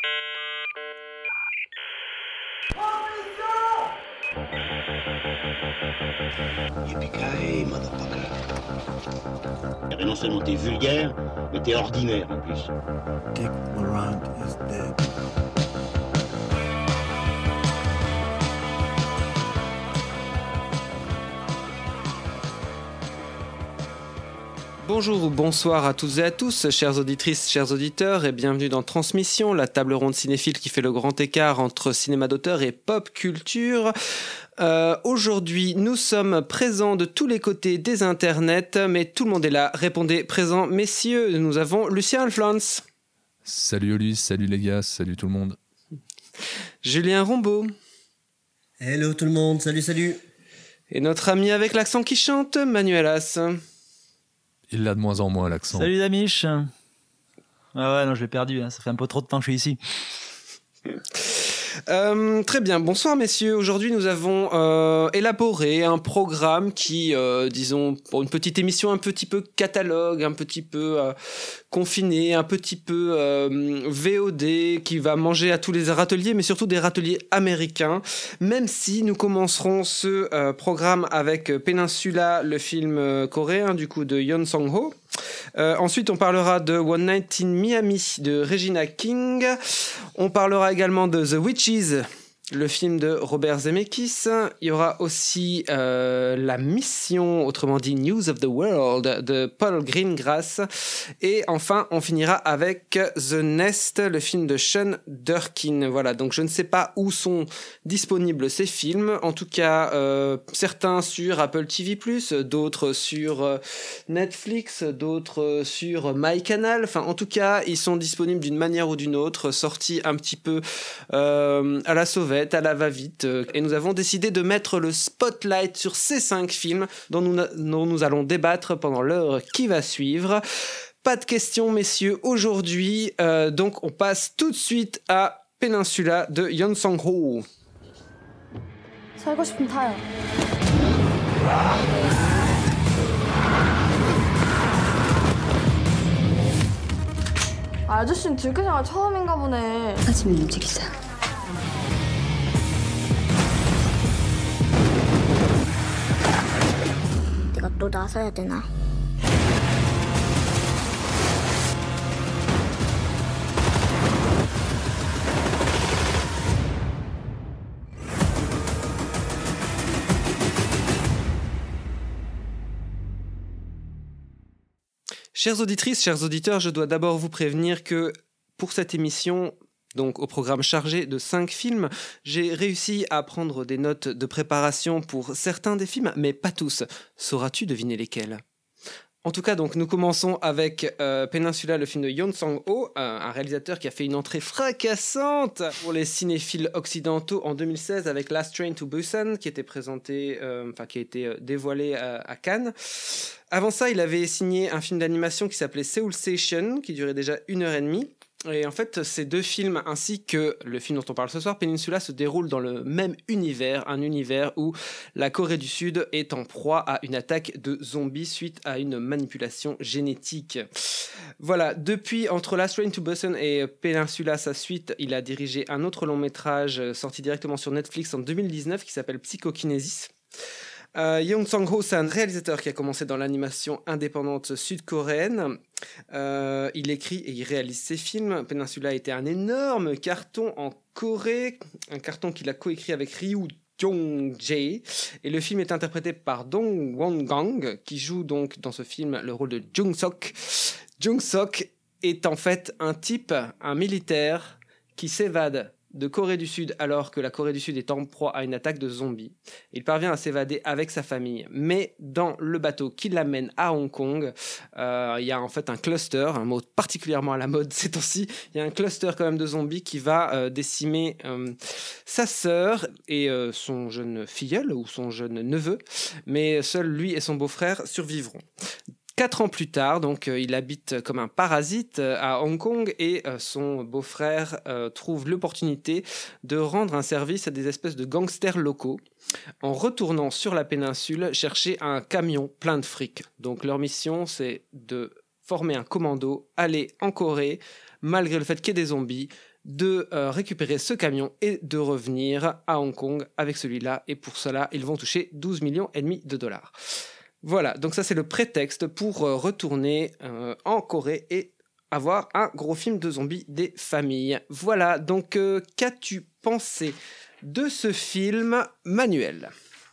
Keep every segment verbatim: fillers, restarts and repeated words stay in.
Yippee-ki-yay, motherfucker. Et non seulement t'es vulgaire, mais t'es ordinaire en plus. Dick Laurent is dead. Bonjour ou bonsoir à toutes et à tous, chères auditrices, chers auditeurs, et bienvenue dans Transmission, la table ronde cinéphile qui fait le grand écart entre cinéma d'auteur et pop culture. Euh, aujourd'hui, nous sommes présents de tous les côtés des internets, mais tout le monde est là. Répondez présent, messieurs. Nous avons Lucien Alflans. Salut Ulysse, salut les gars, salut tout le monde. Julien Rombaud. Hello tout le monde, salut, salut. Et notre ami avec l'accent qui chante, Manuel As. Il l'a de moins en moins l'accent. Salut Damiche. Ah ouais, non, je l'ai perdu, hein. Ça fait un peu trop de temps que je suis ici. Euh, très bien, bonsoir messieurs. Aujourd'hui nous avons euh, élaboré un programme qui, euh, disons, pour une petite émission un petit peu catalogue, un petit peu euh, confiné, un petit peu euh, V O D, qui va manger à tous les râteliers, mais surtout des râteliers américains, même si nous commencerons ce euh, programme avec Peninsula, le film euh, coréen du coup de Yeon Sang-ho. Euh, ensuite, on parlera de One Night in Miami de Regina King. On parlera également de The Witches, le film de Robert Zemeckis. Il y aura aussi euh, La Mission, autrement dit News of the World, de Paul Greengrass. Et enfin, on finira avec The Nest, le film de Sean Durkin. Voilà, donc je ne sais pas où sont disponibles ces films. En tout cas, euh, certains sur Apple T V plus, d'autres sur euh, Netflix, d'autres sur MyCanal. Enfin, en tout cas, ils sont disponibles d'une manière ou d'une autre, sortis un petit peu euh, à la sauvette, à la va-vite, et nous avons décidé de mettre le spotlight sur ces cinq films dont nous, dont nous allons débattre pendant l'heure qui va suivre. Pas de questions, messieurs, aujourd'hui, euh, donc on passe tout de suite à Peninsula de Yeon Sang-ho. 살고 싶으면 타요. 아저씨는 들깨생활 처음인가 보네. 아침에 움직이자. 내가 또 나서야 되나? Chères auditrices, chers auditeurs, je dois d'abord vous prévenir que pour cette émission, donc au programme chargé de cinq films, j'ai réussi à prendre des notes de préparation pour certains des films, mais pas tous. Sauras-tu deviner lesquels ? En tout cas, donc, nous commençons avec euh, Peninsula, le film de Yeon Sang-ho, euh, un réalisateur qui a fait une entrée fracassante pour les cinéphiles occidentaux en deux mille seize avec Last Train to Busan, qui était présenté, euh, enfin qui a été dévoilé à, à Cannes. Avant ça, il avait signé un film d'animation qui s'appelait Seoul Station, qui durait déjà une heure et demie. Et en fait, ces deux films, ainsi que le film dont on parle ce soir, Peninsula, se déroulent dans le même univers, un univers où la Corée du Sud est en proie à une attaque de zombies suite à une manipulation génétique. Voilà, depuis, entre Last Train to Busan et Peninsula, sa suite, il a dirigé un autre long métrage sorti directement sur Netflix en deux mille dix-neuf qui s'appelle Psychokinesis. Euh, Yeon Sang-ho, c'est un réalisateur qui a commencé dans l'animation indépendante sud-coréenne. Euh, il écrit et il réalise ses films. Peninsula a été un énorme carton en Corée, un carton qu'il a coécrit avec Ryu Jong-jae. Et le film est interprété par Dong Won-gang, qui joue donc dans ce film le rôle de Jung-sok. Jung-sok est en fait un type, un militaire, qui s'évade de Corée du Sud alors que la Corée du Sud est en proie à une attaque de zombies. Il parvient à s'évader avec sa famille, mais dans le bateau qui l'amène à Hong Kong, euh, il y a en fait un cluster, un mot particulièrement à la mode ces temps-ci, il y a un cluster quand même de zombies qui va euh, décimer euh, sa sœur et euh, son jeune filleul ou son jeune neveu, mais seul lui et son beau-frère survivront. Quatre ans plus tard, donc, euh, il habite comme un parasite euh, à Hong Kong et euh, son beau-frère euh, trouve l'opportunité de rendre un service à des espèces de gangsters locaux en retournant sur la péninsule chercher un camion plein de fric. Donc leur mission, c'est de former un commando, aller en Corée, malgré le fait qu'il y ait des zombies, de euh, récupérer ce camion et de revenir à Hong Kong avec celui-là. Et pour cela, ils vont toucher douze millions et demi de dollars. Voilà, donc ça c'est le prétexte pour euh, retourner euh, en Corée et avoir un gros film de zombies des familles. Voilà, donc euh, qu'as-tu pensé de ce film, Manuel ?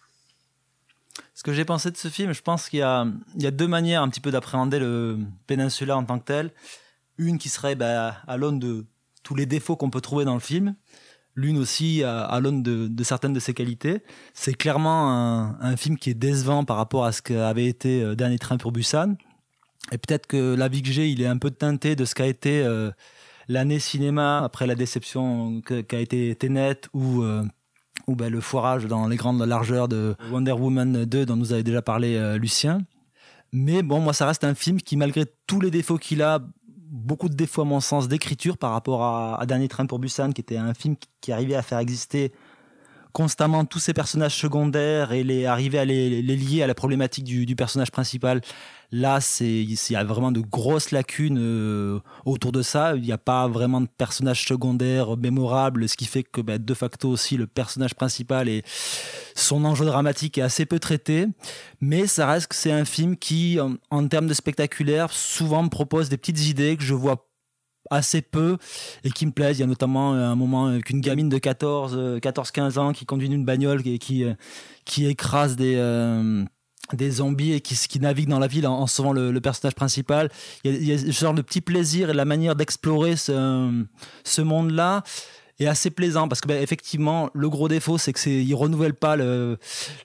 Ce que j'ai pensé de ce film, je pense qu'il y a, il y a deux manières un petit peu d'appréhender le Peninsula en tant que tel. Une qui serait bah, à l'aune de tous les défauts qu'on peut trouver dans le film. L'une aussi à, à l'aune de, de certaines de ses qualités. C'est clairement un, un film qui est décevant par rapport à ce qu'avait été euh, Dernier Train pour Busan. Et peut-être que l'avis que j'ai, il est un peu teinté de ce qu'a été euh, l'année cinéma après la déception que, qu'a été Tenet ou, euh, ou bah, le foirage dans les grandes largeurs de Wonder Woman deux dont nous avait déjà parlé euh, Lucien. Mais bon, moi, ça reste un film qui, malgré tous les défauts qu'il a, beaucoup de défauts à mon sens d'écriture par rapport à, à Dernier Train pour Busan, qui était un film qui, qui arrivait à faire exister constamment tous ces personnages secondaires et les, arriver à les, les lier à la problématique du, du personnage principal. Là, c'est, il y a vraiment de grosses lacunes euh, autour de ça. Il n'y a pas vraiment de personnage secondaire mémorable, ce qui fait que bah, de facto aussi le personnage principal et son enjeu dramatique est assez peu traité. Mais ça reste que c'est un film qui, en, en termes de spectaculaire, souvent me propose des petites idées que je vois assez peu et qui me plaisent. Il y a notamment un moment avec une gamine de quatorze quinze ans qui conduit une bagnole et qui, qui écrase des... Euh, des zombies et qui, qui naviguent dans la ville en, en sauvant le, le personnage principal. Il y, a, il y a ce genre de petit plaisir et la manière d'explorer ce, ce monde-là est assez plaisant parce que ben, effectivement le gros défaut c'est que c'est il renouvelle pas le,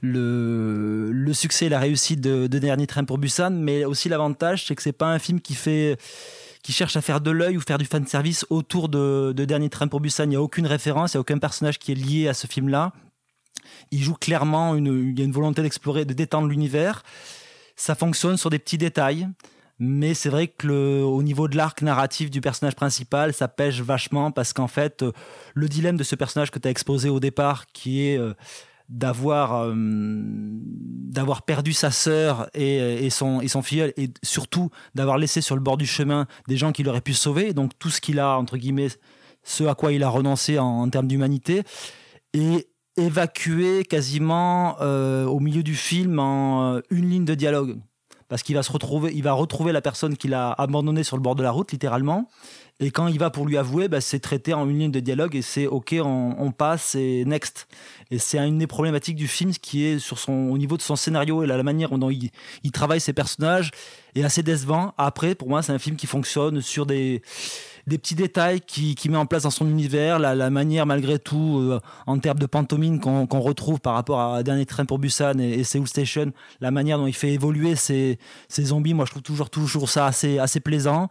le, le succès et la réussite de, de Dernier Train pour Busan, mais aussi l'avantage c'est que c'est pas un film qui fait qui cherche à faire de l'œil ou faire du fanservice autour de, de Dernier Train pour Busan. Il n'y a aucune référence, il n'y a aucun personnage qui est lié à ce film-là. Il joue clairement, une, il y a une volonté d'explorer, de détendre l'univers. Ça fonctionne sur des petits détails, mais c'est vrai que le, au niveau de l'arc narratif du personnage principal, ça pêche vachement parce qu'en fait, le dilemme de ce personnage que tu as exposé au départ, qui est euh, d'avoir, euh, d'avoir perdu sa sœur et, et, son, et son filleul, et surtout d'avoir laissé sur le bord du chemin des gens qui l'auraient pu sauver, donc tout ce qu'il a, entre guillemets, ce à quoi il a renoncé en, en termes d'humanité, et évacué quasiment euh, au milieu du film en euh, une ligne de dialogue parce qu'il va se retrouver, il va retrouver la personne qu'il a abandonnée sur le bord de la route littéralement, et quand il va pour lui avouer, bah, c'est traité en une ligne de dialogue et c'est ok, on, on passe et next. Et c'est une des problématiques du film qui est sur son, au niveau de son scénario et la, la manière dont il, il travaille ses personnages est assez décevant. Après, pour moi, c'est un film qui fonctionne sur des des petits détails qui, qui met en place dans son univers, la, la manière malgré tout, euh, en termes de pantomime qu'on, qu'on retrouve par rapport à Dernier Train pour Busan et, et Seoul Station, la manière dont il fait évoluer ces, ces zombies, moi je trouve toujours, toujours ça assez, assez plaisant.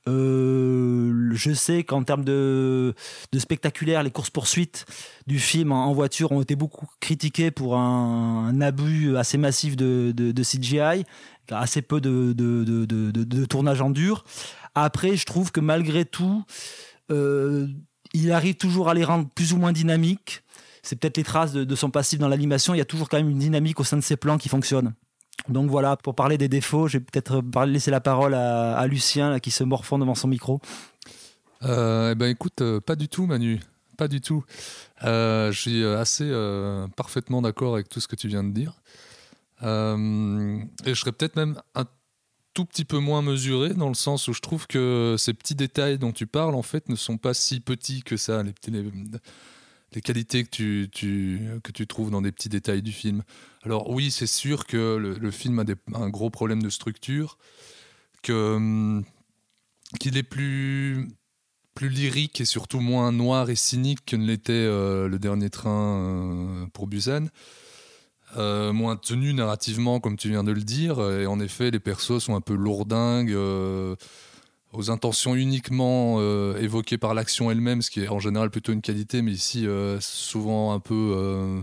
Euh, je sais qu'en termes de, de spectaculaire, les courses-poursuites du film en, en voiture ont été beaucoup critiquées pour un, un abus assez massif de, de, de C G I, assez peu de, de, de, de, de, de tournage en dur. Après, je trouve que malgré tout, euh, il arrive toujours à les rendre plus ou moins dynamiques. C'est peut-être les traces de, de son passif dans l'animation. Il y a toujours quand même une dynamique au sein de ses plans qui fonctionne. Donc voilà, pour parler des défauts, je vais peut-être laisser la parole à, à Lucien là, qui se morfond devant son micro. Euh, eh ben écoute, euh, pas du tout Manu, pas du tout. Euh, je suis assez euh, parfaitement d'accord avec tout ce que tu viens de dire. Euh, et je serais peut-être même un tout petit peu moins mesuré dans le sens où je trouve que ces petits détails dont tu parles en fait ne sont pas si petits que ça, les, petits, les, les qualités que tu, tu, que tu trouves dans des petits détails du film. Alors oui, c'est sûr que le, le film a des, un gros problème de structure, que, qu'il est plus, plus lyrique et surtout moins noir et cynique que ne l'était euh, le Dernier Train euh, pour Busan. Euh, moins tenu narrativement comme tu viens de le dire, et en effet les persos sont un peu lourdingues, euh, aux intentions uniquement euh, évoquées par l'action elle-même, ce qui est en général plutôt une qualité, mais ici euh, souvent un peu euh,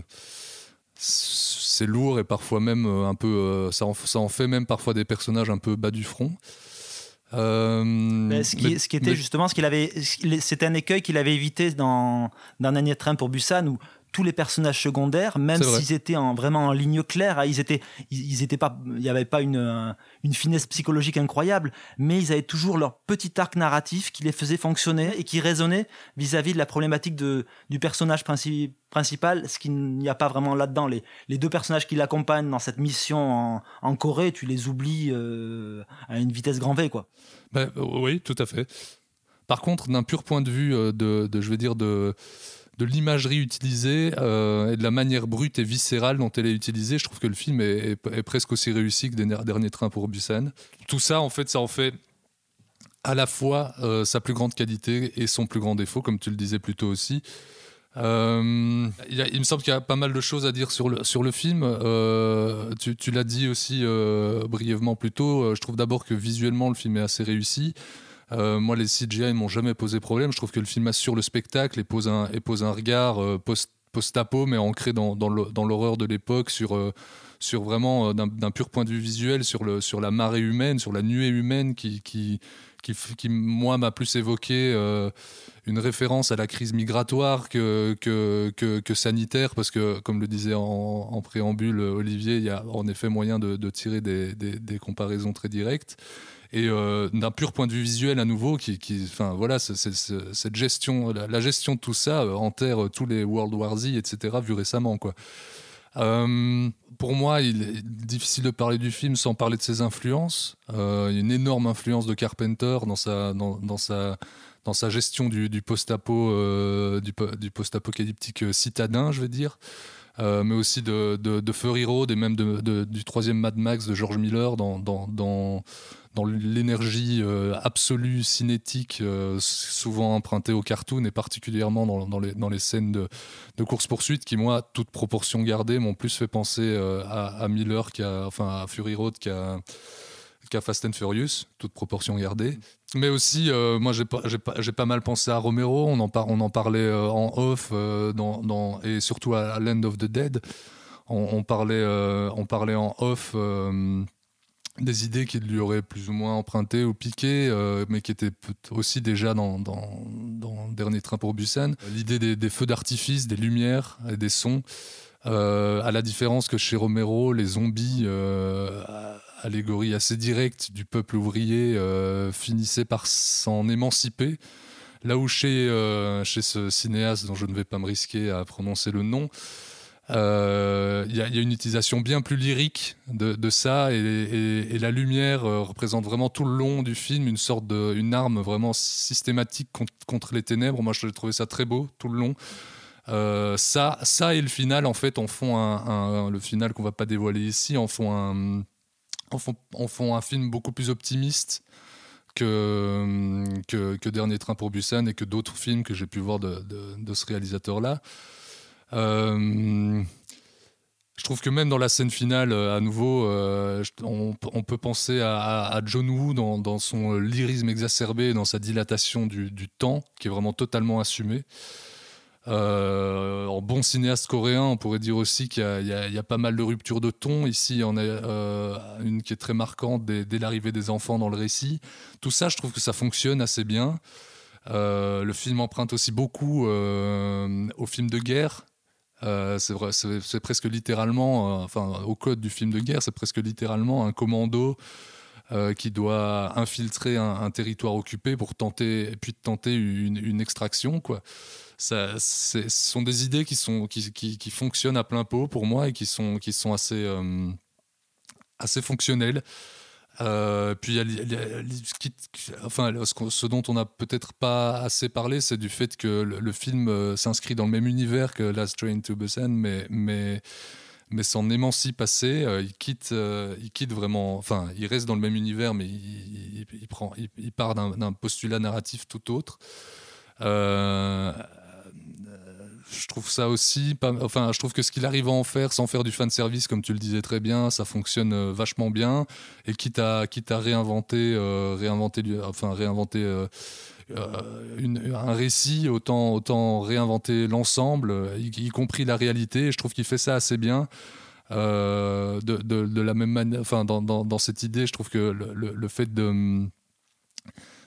c'est lourd et parfois même un peu euh, ça, en, ça en fait même parfois des personnages un peu bas du front. Euh, mais ce, qui, mais, ce qui était mais... justement ce qu'il avait, c'était un écueil qu'il avait évité dans, dans Dernier Train pour Busan, où tous les personnages secondaires, même s'ils étaient en, vraiment en ligne claire, ils étaient, ils, ils étaient pas, il n'y avait pas une, une finesse psychologique incroyable, mais ils avaient toujours leur petit arc narratif qui les faisait fonctionner et qui résonnait vis-à-vis de la problématique de, du personnage princi- principal, ce qu'il n'y a pas vraiment là-dedans. Les, les deux personnages qui l'accompagnent dans cette mission en, en Corée, tu les oublies euh, à une vitesse grand V, quoi. Ben, oui, tout à fait. Par contre, d'un pur point de vue euh, de, de, je vais dire, de... de l'imagerie utilisée euh, et de la manière brute et viscérale dont elle est utilisée, je trouve que le film est, est, est presque aussi réussi que Dernier Train pour Busan. Tout ça, en fait, ça en fait à la fois euh, sa plus grande qualité et son plus grand défaut, comme tu le disais plus tôt aussi. Euh, il, y a, il me semble qu'il y a pas mal de choses à dire sur le, sur le film. Euh, tu, tu l'as dit aussi euh, brièvement plus tôt. Je trouve d'abord que visuellement, le film est assez réussi. Euh, moi, les C G I ne m'ont jamais posé problème. Je trouve que le film assure le spectacle et pose un, et pose un regard euh, post, post-apo, mais ancré dans, dans, le, dans l'horreur de l'époque, sur, euh, sur vraiment, euh, d'un, d'un pur point de vue visuel, sur, le, sur la marée humaine, sur la nuée humaine qui, qui, qui, qui moi, m'a plus évoqué euh, une référence à la crise migratoire que, que, que, que sanitaire, parce que, comme le disait en, en préambule Olivier, il y a en effet moyen de, de tirer des, des, des comparaisons très directes. Et euh, d'un pur point de vue visuel à nouveau, qui, qui, enfin voilà, c'est, c'est, c'est, cette gestion, la, la gestion de tout ça euh, enterre tous les World War Z, et cetera vus récemment, quoi. Euh, pour moi, il est difficile de parler du film sans parler de ses influences. Euh, il y a une énorme influence de Carpenter dans sa, dans, dans sa, dans sa gestion du, du post-apo, euh, du, du post-apocalyptique citadin, je vais dire. Euh, mais aussi de, de, de Fury Road et même de, de, du troisième Mad Max de George Miller dans, dans, dans, dans l'énergie euh, absolue cinétique, euh, souvent empruntée au cartoon et particulièrement dans, dans, les, dans les scènes de, de course-poursuite qui, moi, toute proportion gardée, m'ont plus fait penser euh, à, à Miller, qu'à, enfin à Fury Road qu'à, qu'à Fast and Furious, toute proportion gardée. Mais aussi, euh, moi, j'ai pas, j'ai, pas, j'ai pas mal pensé à Romero. On en, par, on en parlait euh, en off, euh, dans, dans, et surtout à, à Land of the Dead. On, on, parlait, euh, on parlait en off euh, des idées qu'il lui aurait plus ou moins empruntées ou piquées, euh, mais qui étaient aussi déjà dans, dans, dans Dernier Train pour Busan. L'idée des, des feux d'artifice, des lumières et des sons. Euh, à la différence que chez Romero, les zombies, euh, allégorie assez directe du peuple ouvrier, euh, finissaient par s'en émanciper. Là où chez, euh, chez ce cinéaste, dont je ne vais pas me risquer à prononcer le nom, il euh, y, y a une utilisation bien plus lyrique de, de ça, et, et, et la lumière euh, représente vraiment tout le long du film une sorte de, une arme vraiment systématique contre, contre les ténèbres. Moi, je trouvais ça très beau tout le long. Euh, ça, ça et le final, en fait, en font un, un, le final qu'on va pas dévoiler ici, en font un, en font, en font un film beaucoup plus optimiste que, que, que Dernier Train pour Busan et que d'autres films que j'ai pu voir de, de, de ce réalisateur-là. Euh, je trouve que même dans la scène finale, à nouveau, euh, on, on peut penser à, à John Woo dans, dans son lyrisme exacerbé, dans sa dilatation du, du temps, qui est vraiment totalement assumé. Euh, en bon cinéaste coréen, on pourrait dire aussi qu'il y a, il y a, il y a pas mal de ruptures de ton. Ici, il y en a euh, une qui est très marquante dès, dès l'arrivée des enfants dans le récit. Tout ça, je trouve que ça fonctionne assez bien. Euh, le film emprunte aussi beaucoup euh, au film de guerre. Euh, c'est, vrai, c'est, c'est presque littéralement, euh, enfin, au code du film de guerre, c'est presque littéralement un commando euh, qui doit infiltrer un, un territoire occupé pour tenter, et puis tenter une, une extraction, quoi. Ça, c'est, ce sont des idées qui, sont, qui, qui, qui fonctionnent à plein pot pour moi et qui sont, qui sont assez, euh, assez fonctionnelles. Euh, puis, il y a, enfin, ce, ce dont on n'a peut-être pas assez parlé, c'est du fait que le, le film euh, s'inscrit dans le même univers que Last Train to Busan, mais, mais, mais s'en émancipe assez. Euh, il, quitte, euh, il quitte vraiment. Enfin, il reste dans le même univers, mais il, il, il, prend, il, il part d'un, d'un postulat narratif tout autre. Euh, je trouve ça aussi pas, enfin je trouve que ce qu'il arrive à en faire sans faire du fan service, comme tu le disais très bien, ça fonctionne vachement bien, et quitte à quitte à réinventer euh, réinventer enfin réinventer euh, euh, une, un récit, autant autant réinventer l'ensemble, y, y compris la réalité, et je trouve qu'il fait ça assez bien. Euh, de, de, de la même manière, enfin dans, dans, dans cette idée, je trouve que le, le, le fait de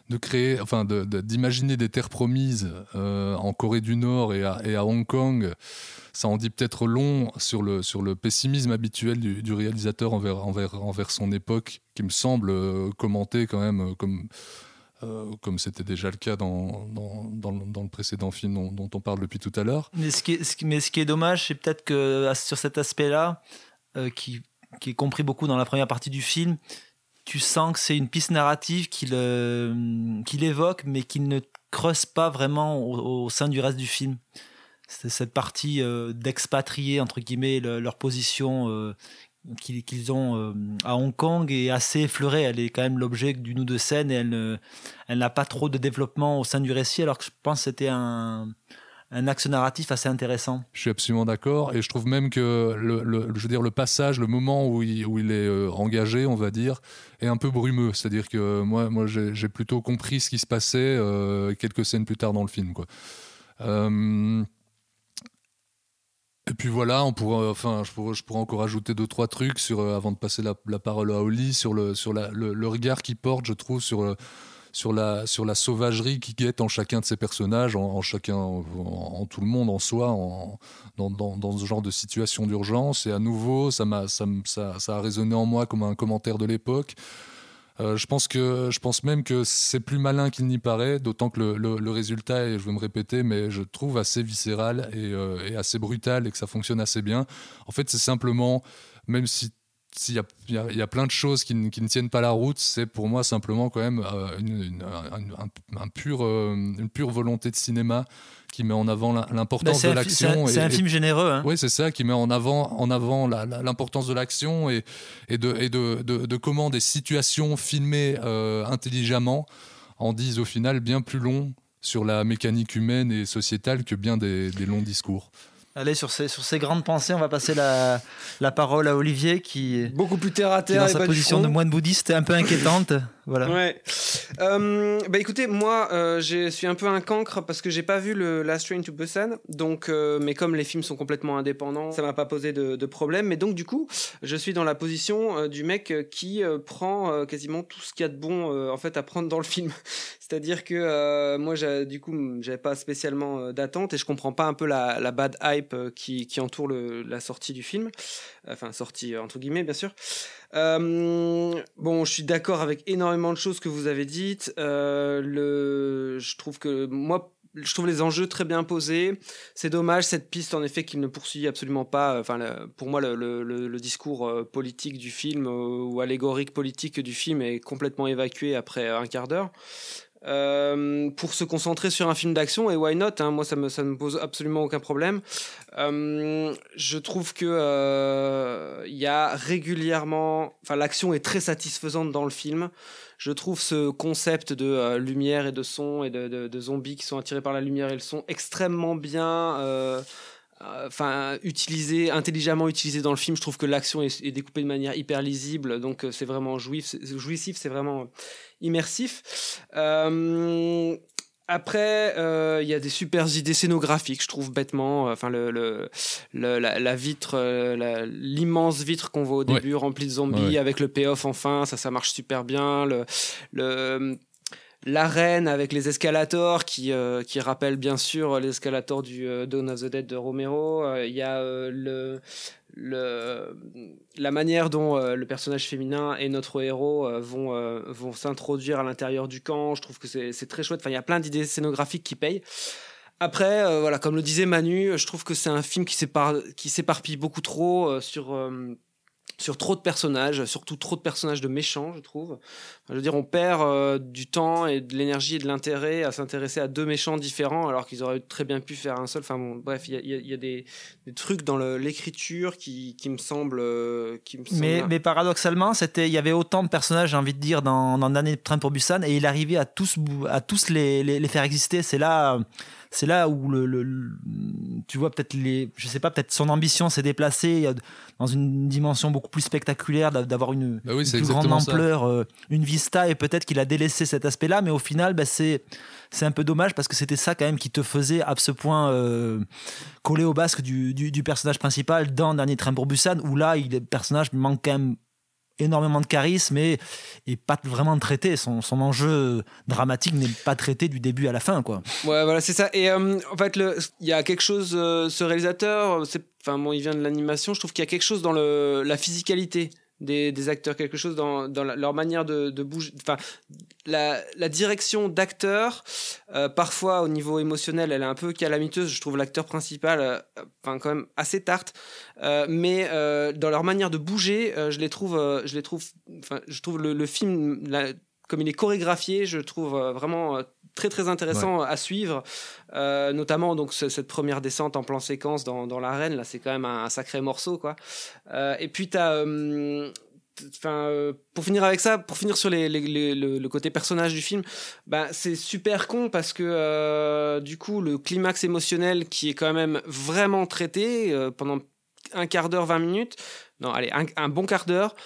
de créer, enfin de, de, d'imaginer des terres promises euh, en Corée du Nord et à, et à Hong Kong, ça en dit peut-être long sur le, sur le pessimisme habituel du, du réalisateur envers, envers, envers son époque, qui me semble euh, commenter quand même euh, comme, euh, comme c'était déjà le cas dans, dans, dans, dans le précédent film dont, dont on parle depuis tout à l'heure. Mais ce qui est, ce qui, mais ce qui est dommage, c'est peut-être que sur cet aspect-là, euh, qui, qui est compris beaucoup dans la première partie du film, tu sens que c'est une piste narrative qu'il, euh, qu'il évoque, mais qu'il ne creuse pas vraiment au, au sein du reste du film. C'est cette partie euh, d'expatriés, entre guillemets, le, leur position euh, qu'ils, qu'ils ont euh, à Hong Kong est assez effleurée. Elle est quand même l'objet d'une ou deux scènes et elle, ne, elle n'a pas trop de développement au sein du récit, alors que je pense que c'était un... un axe narratif assez intéressant. Je suis absolument d'accord, et je trouve même que le, le, je veux dire, le passage, le moment où il, où il est euh, engagé, on va dire, est un peu brumeux. C'est-à-dire que moi, moi j'ai, j'ai plutôt compris ce qui se passait euh, quelques scènes plus tard dans le film, quoi. Euh, et puis voilà, on pourrait, enfin, je pourrais, je pourrais encore ajouter deux trois trucs sur, euh, avant de passer la, la parole à Oli, sur le, sur la, le, le regard qu'il porte, je trouve, sur euh, Sur la, sur la sauvagerie qui guette en chacun de ces personnages, en, en chacun, en, en tout le monde en soi, en, dans, dans, dans ce genre de situation d'urgence. Et à nouveau, ça, m'a, ça, ça, ça a résonné en moi comme un commentaire de l'époque. Euh, je, pense que, je pense même que c'est plus malin qu'il n'y paraît, d'autant que le, le, le résultat, et je vais me répéter, mais je trouve assez viscéral et, euh, et assez brutal, et que ça fonctionne assez bien. En fait, c'est simplement, même si S'il y, a, il, y a, il y a plein de choses qui, n- qui ne tiennent pas la route, c'est pour moi simplement quand même euh, une, une, un, un, un pur, euh, une pure volonté de cinéma qui met en avant la, l'importance Ben, de un l'action. fi- c'est un, et, c'est un et, film généreux. Hein. Oui, c'est ça, qui met en avant, en avant la, la, l'importance de l'action et, et, de, et de, de, de comment des situations filmées euh, intelligemment en disent au final bien plus long sur la mécanique humaine et sociétale que bien des, des longs discours. Allez, sur ces, sur ces grandes pensées, on va passer la, la parole à Olivier qui, Beaucoup plus terre à qui est terre dans et sa pas du position fond. de moine bouddhiste un peu inquiétante. Voilà. Ouais. Euh, bah écoutez, moi, euh, je suis un peu un cancre parce que j'ai pas vu le Last Train to Busan, donc, euh, mais comme les films sont complètement indépendants, ça m'a pas posé de, de problème. Mais donc du coup, je suis dans la position euh, du mec qui euh, prend euh, quasiment tout ce qu'il y a de bon euh, en fait à prendre dans le film. C'est-à-dire que euh, moi, j'ai, du coup, j'avais pas spécialement euh, d'attente et je comprends pas un peu la, la bad hype euh, qui, qui entoure le, la sortie du film. Enfin, sortie euh, entre guillemets, bien sûr. Euh, bon, je suis d'accord avec énormément de choses que vous avez dites. Euh, le, je trouve que moi, je trouve les enjeux très bien posés. C'est dommage cette piste en effet qu'il ne poursuit absolument pas. Enfin, le, pour moi, le, le, le discours euh, politique du film euh, ou allégorique politique du film est complètement évacué après un quart d'heure. Euh, pour se concentrer sur un film d'action, et why not, hein, moi ça me, ça ne me pose absolument aucun problème. Euh, je trouve que euh, y a régulièrement, enfin l'action est très satisfaisante dans le film. Je trouve ce concept de euh, lumière et de son et de, de, de zombies qui sont attirés par la lumière et le son extrêmement bien euh, enfin utilisé, intelligemment utilisé dans le film. Je trouve que l'action est, est découpée de manière hyper lisible, donc euh, c'est vraiment jouif, c'est, jouissif, c'est vraiment immersif. Euh, après, il euh, y a des super idées scénographiques, je trouve bêtement. Enfin, le, le, le la, la vitre, la, l'immense vitre qu'on voit au début, ouais. remplie de zombies, ouais. avec le payoff enfin, ça, ça marche super bien. Le, le L'arène avec les escalators qui, euh, qui rappellent bien sûr les escalators du euh, Dawn of the Dead de Romero. Il euh, y a euh, le, le, la manière dont euh, le personnage féminin et notre héros euh, vont, euh, vont s'introduire à l'intérieur du camp. Je trouve que c'est, c'est très chouette. Enfin, il y a plein d'idées scénographiques qui payent. Après, euh, voilà, comme le disait Manu, je trouve que c'est un film qui, s'épar... qui s'éparpille beaucoup trop euh, sur... Euh, sur trop de personnages, surtout trop de personnages de méchants, je trouve. Je veux dire, on perd euh, du temps et de l'énergie et de l'intérêt à s'intéresser à deux méchants différents, alors qu'ils auraient très bien pu faire un seul. Enfin bon, bref, il y a, y a des, des trucs dans le, l'écriture qui, qui me semblent... Euh, qui me semblent... Mais, mais paradoxalement, c'était, il y avait autant de personnages, j'ai envie de dire, dans, dans Dernier Train pour Busan, et il arrivait à tous, à tous les, les, les faire exister. C'est là... C'est là où le, le, le, tu vois peut-être les, je sais pas, peut-être son ambition s'est déplacée dans une dimension beaucoup plus spectaculaire, d'avoir une, bah oui, une plus grande ampleur, euh, une vista, et peut-être qu'il a délaissé cet aspect-là, mais au final, bah, c'est, c'est un peu dommage parce que c'était ça quand même qui te faisait à ce point euh, coller au basque du, du, du personnage principal dans Dernier Train pour Busan, où là, il, le personnage manque quand même énormément de charisme et, et pas vraiment traité. Son, son enjeu dramatique n'est pas traité du début à la fin, quoi. Ouais, voilà, c'est ça. Et euh, en fait, le- il y a quelque chose, euh, ce réalisateur, c'est, enfin, bon, il vient de l'animation, je trouve qu'il y a quelque chose dans le, la physicalité des, des acteurs, quelque chose dans, dans la- leur manière de, de bouger, enfin, la, la direction d'acteur, euh, parfois au niveau émotionnel, elle est un peu calamiteuse. Je trouve l'acteur principal, euh, enfin, quand même assez tarte, euh, mais euh, dans leur manière de bouger, euh, je les trouve, euh, je les trouve, enfin, je trouve le, le film, la- comme il est chorégraphié, je trouve euh, vraiment euh, très très intéressant à suivre, euh, notamment donc ce- cette première descente en plan séquence dans, dans l'arène. Là, c'est quand même un, un sacré morceau, quoi. Euh, et puis t'as, euh, t- enfin, euh, pour finir avec ça, pour finir sur les, les- les- le, le côté personnage du film, bah c'est super con parce que euh, du coup le climax émotionnel qui est quand même vraiment traité euh, pendant un quart d'heure, vingt minutes, non, allez, un, un bon quart d'heure.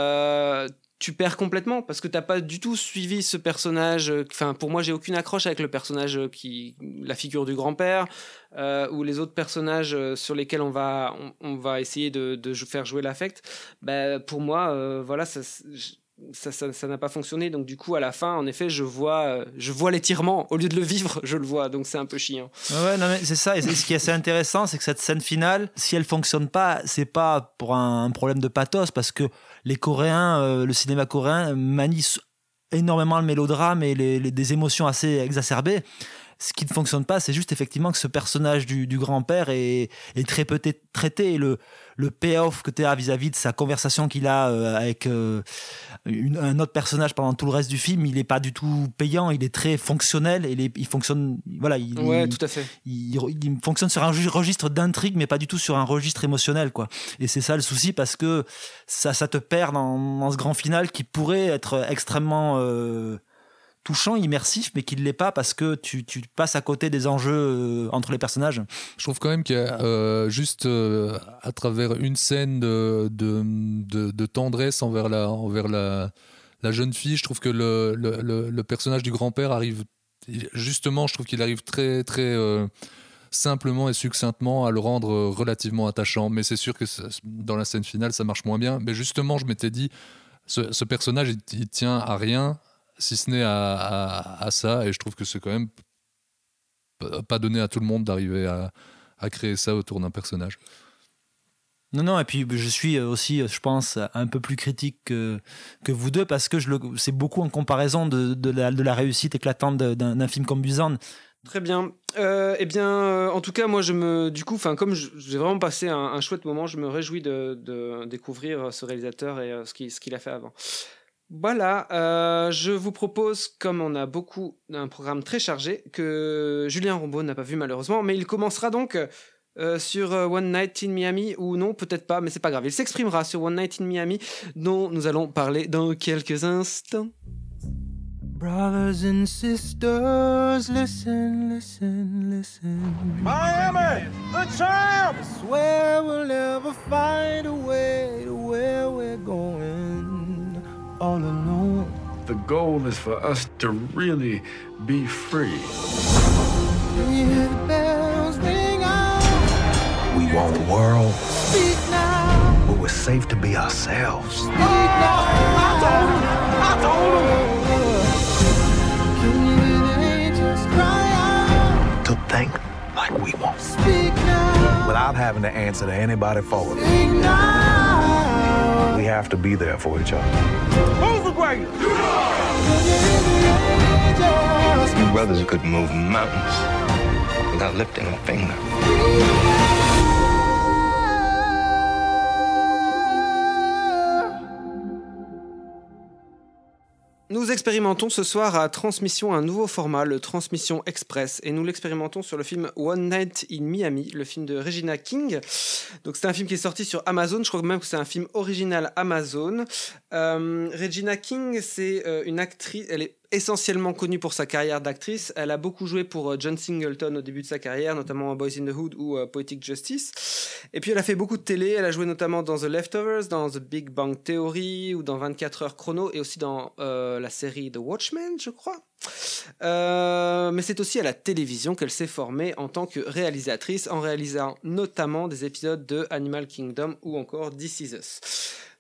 Euh, tu perds complètement parce que t'as pas du tout suivi ce personnage. Enfin, pour moi, j'ai aucune accroche avec le personnage qui, la figure du grand-père, euh, ou les autres personnages euh, sur lesquels on va, on, on va essayer de, de jou- faire jouer l'affect. Ben, pour moi, euh, voilà, ça, ça, ça, ça n'a pas fonctionné. Donc du coup, à la fin, en effet, je vois, euh, je vois l'étirement au lieu de le vivre, je le vois. Donc c'est un peu chiant. Ouais, ouais, non, mais c'est ça. Et c'est- ce qui est assez intéressant, c'est que cette scène finale, si elle fonctionne pas, c'est pas pour un, un problème de pathos, parce que les Coréens, euh, le cinéma coréen manie s- énormément le mélodrame et les, les- des émotions assez exacerbées. Ce qui ne fonctionne pas, c'est juste effectivement que ce personnage du, du grand-père est, est très peu t- traité. Et le, le payoff que tu as vis-à-vis de sa conversation qu'il a euh, avec euh, une- un autre personnage pendant tout le reste du film, il n'est pas du tout payant, il est très fonctionnel. Et il, est- il fonctionne, voilà, il, Ouais, il- tout à fait. il, il fonctionne sur un ju- registre d'intrigue, mais pas du tout sur un registre émotionnel, quoi. Et c'est ça le souci, parce que ça, ça te perd dans, dans ce grand final qui pourrait être extrêmement euh, touchant, immersif, mais qui ne l'est pas parce que tu, tu passes à côté des enjeux euh, entre les personnages. Je trouve quand même qu'il y a euh, juste euh, à travers une scène de, de, de, de tendresse envers, la, envers la, la jeune fille, je trouve que le, le, le, le personnage du grand-père arrive, justement, je trouve qu'il arrive très, très euh, simplement et succinctement à le rendre euh, relativement attachant. Mais c'est sûr que ça- dans la scène finale, ça marche moins bien. Mais justement, je m'étais dit, ce, ce personnage, il, il tient à rien, si ce n'est à, à, à ça. Et je trouve que c'est quand même p- pas donné à tout le monde d'arriver à, à créer ça autour d'un personnage. Non, non, et puis je suis aussi, je pense, un peu plus critique que, que vous deux, parce que je le, c'est beaucoup en comparaison de, de, la, de la réussite éclatante de- d'un, d'un film comme Busan. Très bien. Euh, eh bien, euh, en tout cas, moi, je me, du coup, enfin, comme je- j'ai vraiment passé un, un chouette moment, je me réjouis de, de découvrir ce réalisateur et euh, ce qu'il, ce qu'il a fait avant. Voilà, euh, je vous propose, comme on a beaucoup un programme très chargé, que Julien Rombaud n'a pas vu malheureusement, mais il commencera donc euh, sur euh, One Night in Miami, ou non, peut-être pas, mais c'est pas grave. Il s'exprimera sur One Night in Miami, dont nous allons parler dans quelques instants. Brothers and sisters, listen, listen, listen. Miami, the champ! I swear we'll never find a way to where we're going all alone. The goal is for us to really be free. Hear the bells ring out. We want a world Speak now. where we're safe to be ourselves. Speak now. I told him. I told him. Can you hear the angels cry out? To think like we want. Speak now. Without having to answer to anybody for it. Speak now. We have to be there for each other. Who's the greatest? Can you hear the angels? You brothers could move mountains without lifting a finger. Nous expérimentons ce soir à Transmission un nouveau format, le Transmission Express, et nous l'expérimentons sur le film One Night in Miami, le film de Regina King. Donc c'est un film qui est sorti sur Amazon, je crois même que c'est un film original Amazon. Euh, Regina King, c'est euh, une actrice, elle est essentiellement connue pour sa carrière d'actrice. Elle a beaucoup joué pour euh, John Singleton au début de sa carrière, notamment Boys in the Hood ou euh, Poetic Justice. Et puis elle a fait beaucoup de télé, elle a joué notamment dans The Leftovers, dans The Big Bang Theory ou dans vingt-quatre heures chrono, et aussi dans euh, la série The Watchmen, je crois. Euh, mais c'est aussi à la télévision qu'elle s'est formée en tant que réalisatrice, en réalisant notamment des épisodes de Animal Kingdom ou encore This Is Us.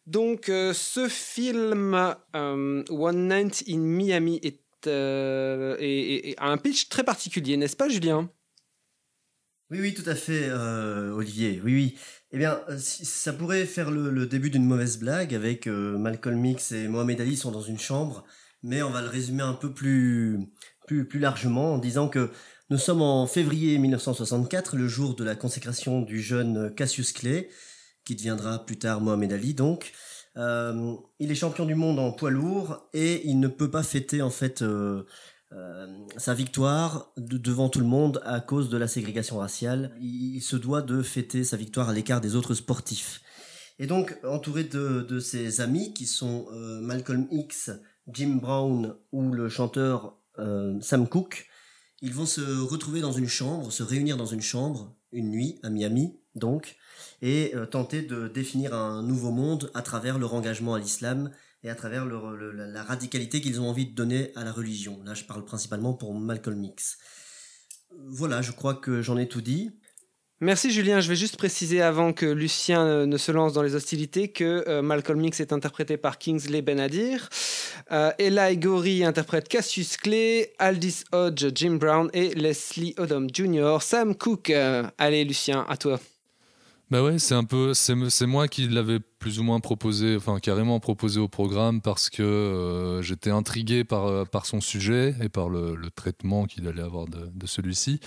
Donc, euh, ce film euh, One Night in Miami est, euh, est, est- est- a un pitch très particulier, n'est-ce pas, Julien ? Oui, oui, tout à fait, euh, Olivier. Oui, oui. Eh bien, euh, si- ça pourrait faire le, le début d'une mauvaise blague avec euh, Malcolm X et Mohamed Ali sont dans une chambre, mais on va le résumer un peu plus, plus, plus largement en disant que nous sommes en février mille neuf cent soixante-quatre, le jour de la consécration du jeune Cassius Clay, qui deviendra plus tard Mohamed Ali, donc. Euh, il est champion du monde en poids lourd et il ne peut pas fêter en fait euh, euh, sa victoire de- devant tout le monde à cause de la ségrégation raciale. Il, il se doit de fêter sa victoire à l'écart des autres sportifs. Et donc, entouré de, de ses amis qui sont euh, Malcolm X, Jim Brown ou le chanteur euh, Sam Cooke, ils vont se retrouver dans une chambre, se réunir dans une chambre, une nuit à Miami, donc, et euh, tenter de définir un nouveau monde à travers leur engagement à l'islam et à travers leur- le- la, la radicalité qu'ils ont envie de donner à la religion. Là, je parle principalement pour Malcolm X. Voilà, je crois que j'en ai tout dit. Merci Julien, je vais juste préciser avant que Lucien euh, ne se lance dans les hostilités que euh, Malcolm X est interprété par Kingsley Ben-Adir, euh, Eli Gorey interprète Cassius Clay, Aldis Hodge, Jim Brown et Leslie Odom junior, Sam Cooke. Euh, allez Lucien, à toi. Bah ouais, c'est un peu, c'est, c'est moi qui l'avais plus ou moins proposé, enfin carrément proposé au programme parce que euh, j'étais intrigué par, euh, par son sujet et par le, le traitement qu'il allait avoir de, de celui-ci.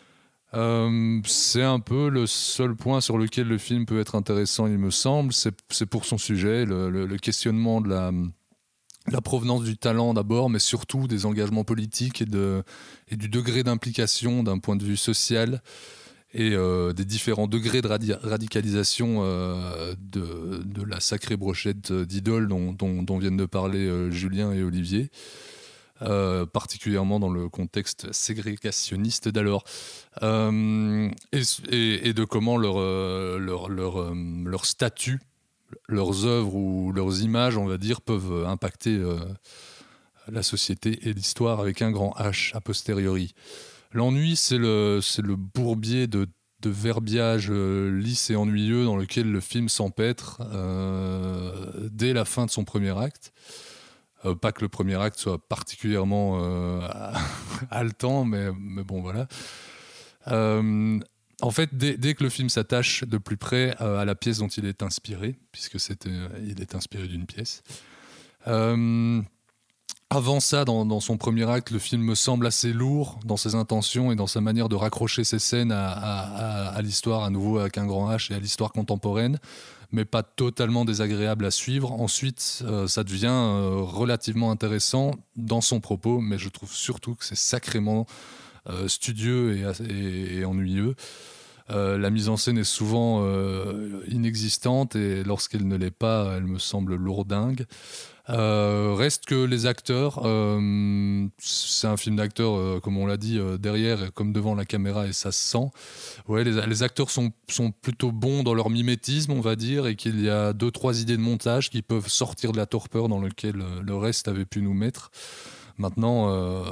Euh, c'est un peu le seul point sur lequel le film peut être intéressant, il me semble. C'est, c'est pour son sujet, le, le- le questionnement de la, la provenance du talent d'abord, mais surtout des engagements politiques et, de, et du degré d'implication d'un point de vue social et euh, des différents degrés de radi- radicalisation euh, de, de la sacrée brochette d'idoles dont, dont, dont viennent de parler euh, Julien et Olivier. Euh, particulièrement dans le contexte ségrégationniste d'alors, euh, et, et- et de comment leur, euh, leur, leur, euh, leur statut, leurs œuvres ou leurs images, on va dire, peuvent impacter euh, la société et l'histoire avec un grand H a posteriori. L'ennui, c'est le, c'est le bourbier de, de verbiage euh, lisse et ennuyeux dans lequel le film s'empêtre euh, dès la fin de son premier acte. Euh, pas que le premier acte soit particulièrement euh, haletant, mais, mais bon, voilà. Euh, en fait, dès, dès que le film s'attache de plus près euh, à la pièce dont il est inspiré, puisque c'était, il est inspiré d'une pièce, euh, avant ça, dans, dans son premier acte, le film me semble assez lourd dans ses intentions et dans sa manière de raccrocher ses scènes à, à, à, à l'histoire, à nouveau avec un grand H, et à l'histoire contemporaine, mais pas totalement désagréable à suivre. Ensuite, euh, ça devient euh, relativement intéressant dans son propos, mais je trouve surtout que c'est sacrément euh, studieux et, et, et ennuyeux. Euh, la mise en scène est souvent euh, inexistante et lorsqu'elle ne l'est pas, elle me semble lourdingue. Euh, reste que les acteurs, euh, c'est un film d'acteurs, euh, comme on l'a dit, euh, derrière comme devant la caméra, et ça se sent. Ouais, les, les acteurs sont, sont plutôt bons dans leur mimétisme, on va dire, et qu'il y a deux, trois idées de montage qui peuvent sortir de la torpeur dans laquelle euh, le reste avait pu nous mettre. Maintenant, euh,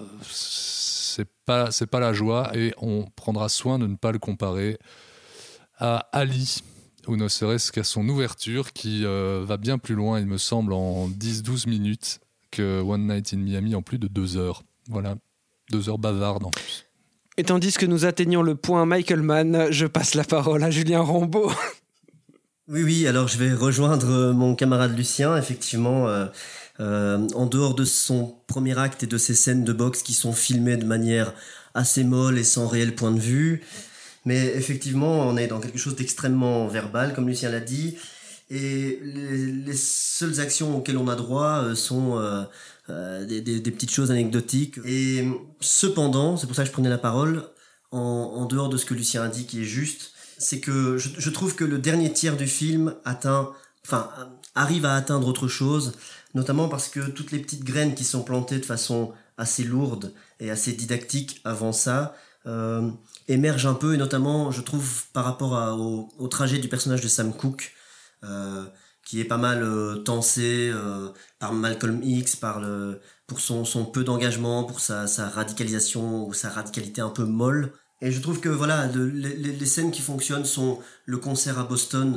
c'est pas, c'est pas la joie, et on prendra soin de ne pas le comparer à Ali, ou ne serait-ce qu'à son ouverture, qui euh, va bien plus loin, il me semble, en dix douze minutes, que One Night in Miami en plus de deux heures. Voilà, deux heures bavardes en plus. Et tandis que nous atteignons le point Michael Mann, je passe la parole à Julien Rambaud. Oui, oui, alors je vais rejoindre mon camarade Lucien, effectivement, euh, euh, en dehors de son premier acte et de ses scènes de boxe qui sont filmées de manière assez molle et sans réel point de vue. Mais effectivement, on est dans quelque chose d'extrêmement verbal, comme Lucien l'a dit, et les, les seules actions auxquelles on a droit euh, sont euh, euh, des, des, des petites choses anecdotiques. Et cependant, c'est pour ça que je prenais la parole, en, en dehors de ce que Lucien a dit qui est juste, c'est que je, je trouve que le dernier tiers du film atteint, enfin, arrive à atteindre autre chose, notamment parce que toutes les petites graines qui sont plantées de façon assez lourde et assez didactique avant ça, euh, émerge un peu, et notamment je trouve par rapport à, au, au trajet du personnage de Sam Cooke, euh, qui est pas mal euh, tensé euh, par Malcolm X, par le, pour son, son peu d'engagement, pour sa, sa radicalisation ou sa radicalité un peu molle. Et je trouve que voilà, le, les, les scènes qui fonctionnent sont le concert à Boston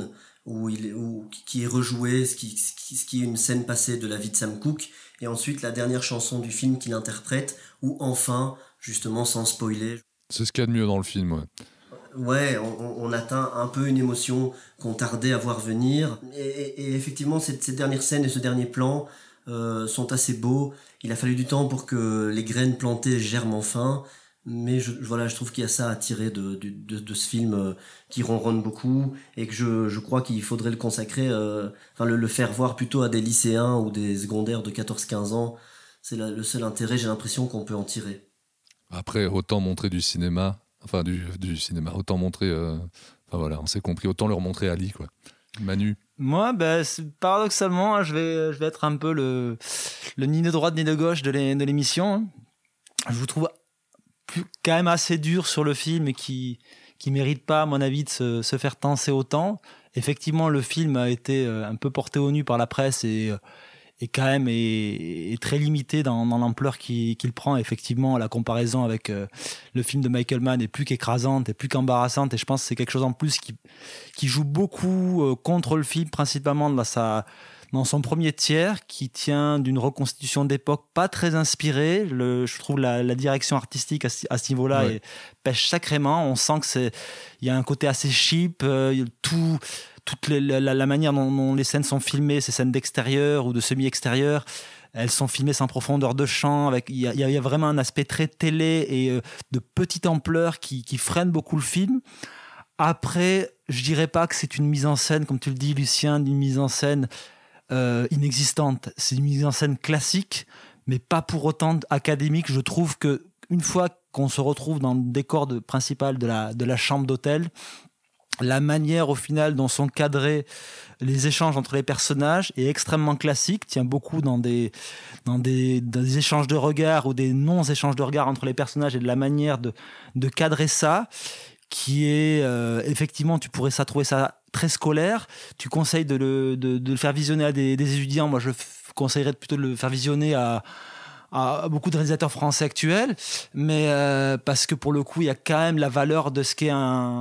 où il est, où, qui est rejoué, ce qui, ce, qui, ce qui est une scène passée de la vie de Sam Cooke, et ensuite la dernière chanson du film qu'il interprète, où enfin, justement sans spoiler... C'est ce qu'il y a de mieux dans le film, ouais. Ouais, on, on atteint un peu une émotion qu'on tardait à voir venir, et, et, et effectivement cette, cette dernière scène et ce dernier plan euh, sont assez beaux. Il a fallu du temps pour que les graines plantées germent enfin, mais je, voilà, je trouve qu'il y a ça à tirer de, de, de, de ce film euh, qui ronronne beaucoup, et que je, je crois qu'il faudrait le consacrer, euh, enfin le, le faire voir plutôt à des lycéens ou des secondaires de quatorze quinze ans. C'est la, le seul intérêt, j'ai l'impression, qu'on peut en tirer. Après, autant montrer du cinéma, enfin du, du cinéma, autant montrer, euh, enfin voilà, on s'est compris, autant leur montrer Ali, quoi. Manu. Moi, ben, paradoxalement, je vais, je vais être un peu le, le ni de droite ni de gauche de, l'é, de l'émission. Je vous trouve plus, quand même assez dur sur le film et qui qui mérite pas, à mon avis, de se, se faire tenser autant. Effectivement, le film a été un peu porté au nu par la presse et et quand même est, est très limité dans, dans l'ampleur qu'il, qu'il prend. Effectivement, la comparaison avec euh, le film de Michael Mann est plus qu'écrasante, est plus qu'embarrassante, et je pense que c'est quelque chose en plus qui, qui joue beaucoup euh, contre le film, principalement dans, sa, dans son premier tiers, qui tient d'une reconstitution d'époque pas très inspirée. Le, je trouve la, la direction artistique à, à ce niveau-là ouais. est, pêche sacrément. On sent que c'est, il y a un côté assez cheap, euh, tout... toute les, la, la manière dont, dont les scènes sont filmées, ces scènes d'extérieur ou de semi-extérieur, elles sont filmées sans profondeur de champ. Avec, il y a, il y a vraiment un aspect très télé et euh, de petite ampleur qui, qui freine beaucoup le film. Après, je dirais pas que c'est une mise en scène, comme tu le dis, Lucien, une mise en scène euh, inexistante. C'est une mise en scène classique, mais pas pour autant académique. Je trouve que une fois qu'on se retrouve dans le décor de, principal de la, de la chambre d'hôtel, la manière au final dont sont cadrés les échanges entre les personnages est extrêmement classique, tient beaucoup dans des, dans des, dans des échanges de regards ou des non-échanges de regards entre les personnages, et de la manière de, de cadrer ça, qui est euh, effectivement, tu pourrais ça, trouver ça très scolaire. Tu conseilles de le, de, de le faire visionner à des, des étudiants. Moi, je f- conseillerais plutôt de le faire visionner à à beaucoup de réalisateurs français actuels, mais euh, parce que pour le coup il y a quand même la valeur de ce qu'est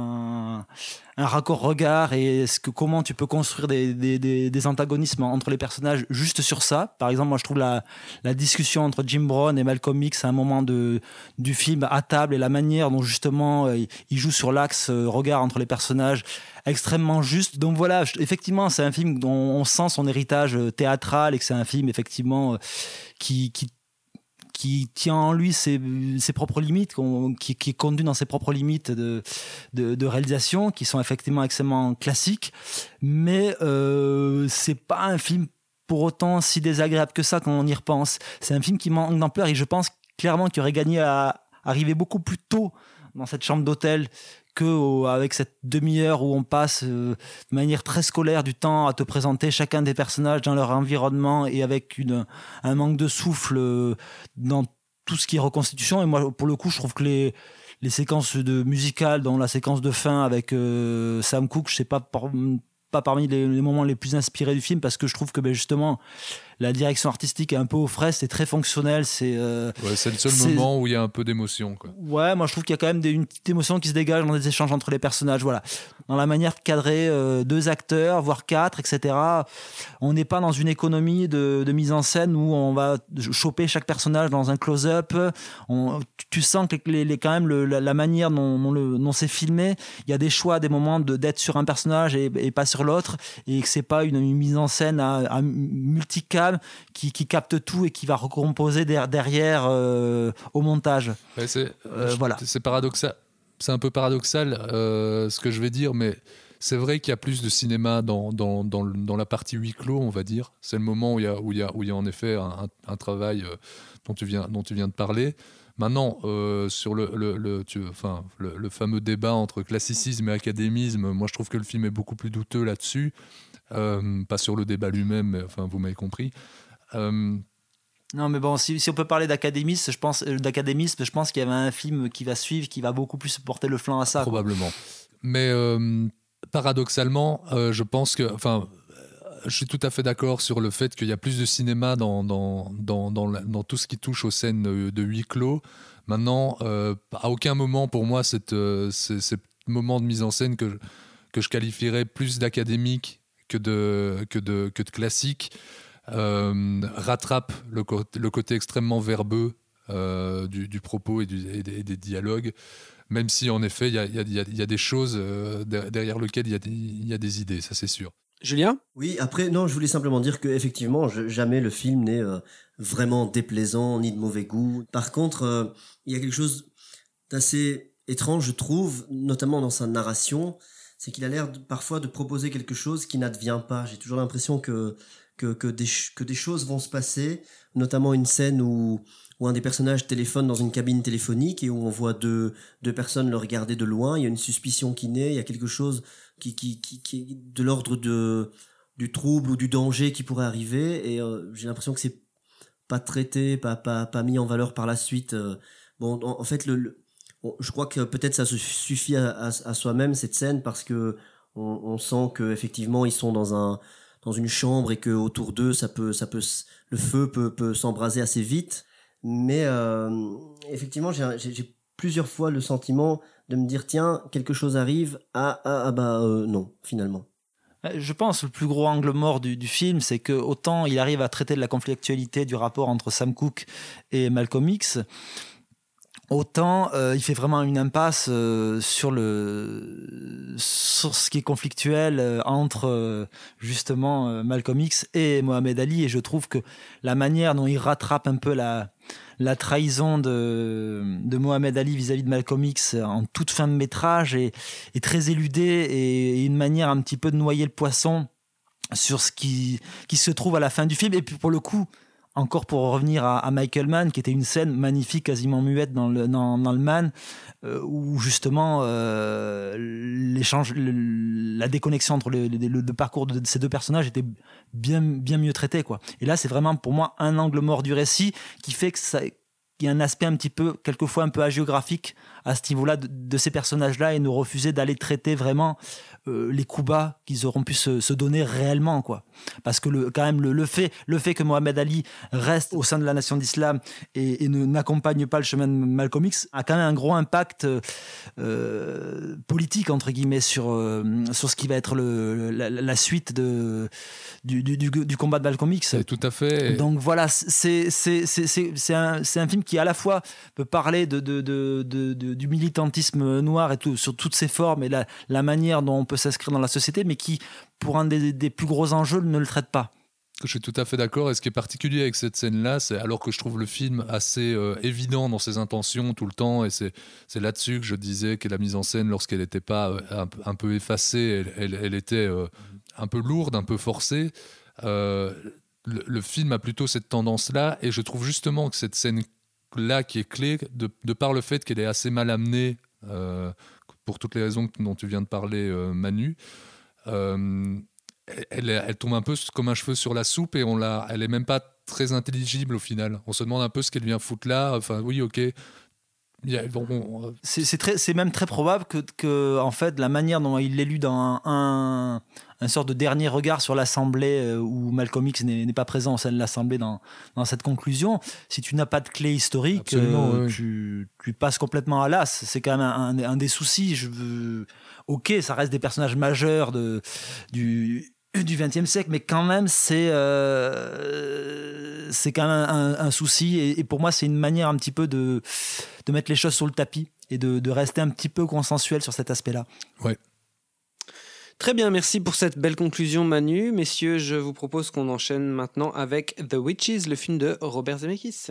un, un raccord regard, et ce que, comment tu peux construire des, des, des, des antagonismes entre les personnages juste sur ça. Par exemple, moi je trouve la, la discussion entre Jim Brown et Malcolm X à un moment de, du film à table, et la manière dont justement euh, il joue sur l'axe euh, regard entre les personnages extrêmement juste. Donc voilà, je, effectivement c'est un film dont on sent son héritage théâtral, et que c'est un film effectivement euh, qui, qui qui tient en lui ses, ses propres limites, qui, qui est conduit dans ses propres limites de, de, de réalisation, qui sont effectivement extrêmement classiques, mais euh, c'est pas un film pour autant si désagréable que ça quand on y repense. C'est un film qui manque d'ampleur, et je pense clairement qu'il aurait gagné à arriver beaucoup plus tôt dans cette chambre d'hôtel qu'avec cette demi-heure où on passe euh, de manière très scolaire du temps à te présenter chacun des personnages dans leur environnement, et avec une, un manque de souffle euh, dans tout ce qui est reconstitution. Et moi, pour le coup, je trouve que les, les séquences de musicales, dont la séquence de fin avec euh, Sam Cooke, je sais pas, par, pas parmi les, les moments les plus inspirés du film, parce que je trouve que ben, justement la direction artistique est un peu aux fraises, c'est très fonctionnel, c'est euh, ouais, c'est le seul c'est... moment où il y a un peu d'émotion, quoi. Ouais, moi je trouve qu'il y a quand même des, une petite émotion qui se dégage dans les échanges entre les personnages, voilà, dans la manière de cadrer euh, deux acteurs, voire quatre, et cetera. On n'est pas dans une économie de, de mise en scène où on va choper chaque personnage dans un close-up. On, tu, tu sens que les, les, quand même le, la, la manière dont, dont, le, dont c'est filmé, il y a des choix à des moments de, d'être sur un personnage et, et pas sur l'autre, et que c'est pas une, une mise en scène à, à multicam qui, qui capte tout et qui va recomposer der, derrière euh, au montage. Ouais, c'est, euh, je, voilà. C'est paradoxal. C'est un peu paradoxal euh, ce que je vais dire, mais c'est vrai qu'il y a plus de cinéma dans, dans, dans, dans la partie huis clos, on va dire. C'est le moment où il y a, où il y a, où il y a en effet un, un travail euh, dont, tu viens, dont tu viens de parler. Maintenant, euh, sur le, le, le, tu, enfin, le, le fameux débat entre classicisme et académisme, moi je trouve que le film est beaucoup plus douteux là-dessus. Euh, pas sur le débat lui-même, mais enfin, vous m'avez compris. Euh, Non, mais bon, si, si on peut parler d'académisme, je pense, euh, d'académisme, je pense qu'il y avait un film qui va suivre, qui va beaucoup plus porter le flanc à ça. Probablement. Quoi. Mais euh, paradoxalement, euh, je pense que, enfin, je suis tout à fait d'accord sur le fait qu'il y a plus de cinéma dans dans dans dans, la, dans tout ce qui touche aux scènes de, de huis clos. Maintenant, euh, à aucun moment pour moi, cette, euh, ces, ces moments de mise en scène que je, que je qualifierais plus d'académique que de, que de, que de classique, euh, rattrape le, co- le côté extrêmement verbeux euh, du, du propos et, du, et, des, et des dialogues, même si en effet il y a, y a, y a, y a des choses euh, derrière lesquelles il y, y a des idées, ça c'est sûr. Julien ? Oui, après, non, je voulais simplement dire que effectivement, je, jamais le film n'est euh, vraiment déplaisant ni de mauvais goût. Par contre, euh, il y a quelque chose d'assez étrange, je trouve, notamment dans sa narration, c'est qu'il a l'air de, parfois de proposer quelque chose qui n'advient pas. J'ai toujours l'impression que que que des que des choses vont se passer, notamment une scène où où un des personnages téléphone dans une cabine téléphonique et où on voit deux deux personnes le regarder de loin. Il y a une suspicion qui naît, il y a quelque chose qui qui qui qui est de l'ordre de du trouble ou du danger qui pourrait arriver, et euh, j'ai l'impression que c'est pas traité, pas pas pas mis en valeur par la suite. Euh, bon, en, en fait, le, le bon, je crois que peut-être ça se suffit à, à, à soi-même cette scène, parce que on, on sent que effectivement ils sont dans un dans une chambre et que autour d'eux ça peut ça peut le feu peut peut s'embraser assez vite. Mais euh, effectivement, j'ai, j'ai, j'ai plusieurs fois le sentiment de me dire tiens, quelque chose arrive, ah ah, ah bah euh, non, finalement. Je pense que le plus gros angle mort du, du film, c'est que autant il arrive à traiter de la conflictualité du rapport entre Sam Cooke et Malcolm X, autant euh, il fait vraiment une impasse euh, sur le sur ce qui est conflictuel euh, entre euh, justement euh, Malcolm X et Mohamed Ali, et je trouve que la manière dont il rattrape un peu la la trahison de de Mohamed Ali vis-à-vis de Malcolm X en toute fin de métrage est, est très éludée, et, et une manière un petit peu de noyer le poisson sur ce qui qui se trouve à la fin du film. Et puis pour le coup, encore pour revenir à, à Michael Mann, qui était une scène magnifique, quasiment muette dans le, dans, dans le Man, euh, où justement euh, l'échange, le, la déconnexion entre le, le, le parcours de ces deux personnages était bien, bien mieux traité, quoi. Et là, c'est vraiment pour moi un angle mort du récit qui fait que ça, qu'il y a un aspect un petit peu, quelquefois un peu hagiographique à ce niveau-là de, de ces personnages-là, et nous refuser d'aller traiter vraiment euh, les coups bas qu'ils auront pu se, se donner réellement, quoi. Parce que le, quand même le, le fait, le fait que Mohamed Ali reste au sein de la nation d'islam et, et ne, n'accompagne pas le chemin de Malcolm X a quand même un gros impact euh, politique entre guillemets sur euh, sur ce qui va être le, la, la suite de du, du, du, du combat de Malcolm X. C'est tout à fait. Donc voilà, c'est c'est c'est c'est c'est un c'est un film qui à la fois peut parler de de de, de, de du militantisme noir et tout, sur toutes ses formes et la la manière dont on peut s'inscrire dans la société, mais qui, pour un des, des plus gros enjeux, ne le traite pas. Je suis tout à fait d'accord, et ce qui est particulier avec cette scène-là, c'est alors que je trouve le film assez euh, évident dans ses intentions tout le temps, et c'est, c'est là-dessus que je disais que la mise en scène, lorsqu'elle n'était pas euh, un, un peu effacée, elle, elle, elle était euh, un peu lourde, un peu forcée. Euh, le, le film a plutôt cette tendance-là, et je trouve justement que cette scène-là qui est clé, de, de par le fait qu'elle est assez mal amenée, euh, pour toutes les raisons dont tu viens de parler, euh, Manu, euh, elle, elle tombe un peu comme un cheveu sur la soupe, et on l'a, elle est même pas très intelligible au final. On se demande un peu ce qu'elle vient foutre là. Enfin, oui, ok. Il y a, bon, bon, c'est, c'est, très, c'est même très probable que, que en fait, la manière dont il l'élu dans un, un, un sort de dernier regard sur l'Assemblée, euh, où Malcolm X n'est, n'est pas présent au sein de l'Assemblée dans, dans cette conclusion, si tu n'as pas de clé historique, euh, oui. tu, tu passes complètement à l'as. C'est quand même un, un, un des soucis. Je veux... Ok, ça reste des personnages majeurs de, du... du vingtième siècle, mais quand même c'est euh, c'est quand même un, un souci, et, et pour moi c'est une manière un petit peu de de mettre les choses sur le tapis et de, de rester un petit peu consensuel sur cet aspect-là. Ouais. Très bien, merci pour cette belle conclusion, Manu. Messieurs, je vous propose qu'on enchaîne maintenant avec The Witches, le film de Robert Zemeckis.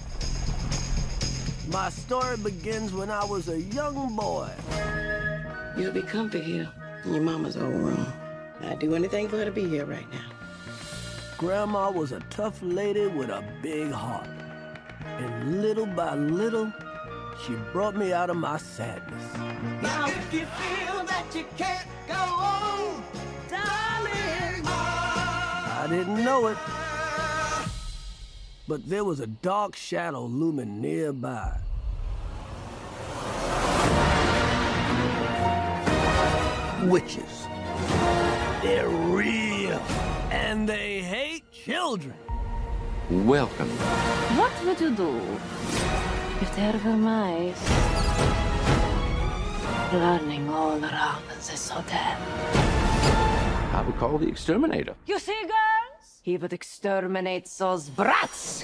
My story begins when I was a young boy. You'll be comfy here in your mama's old room. I'd do anything for her to be here right now. Grandma was a tough lady with a big heart. And little by little, she brought me out of my sadness. Now if you feel that you can't go on, darling, I didn't know it, but there was a dark shadow looming nearby. Witches. They're real, and they hate children. Welcome. What would you do if there were mice? learning all around the Soden. I would call the exterminator. You see, girls? He would exterminate those brats.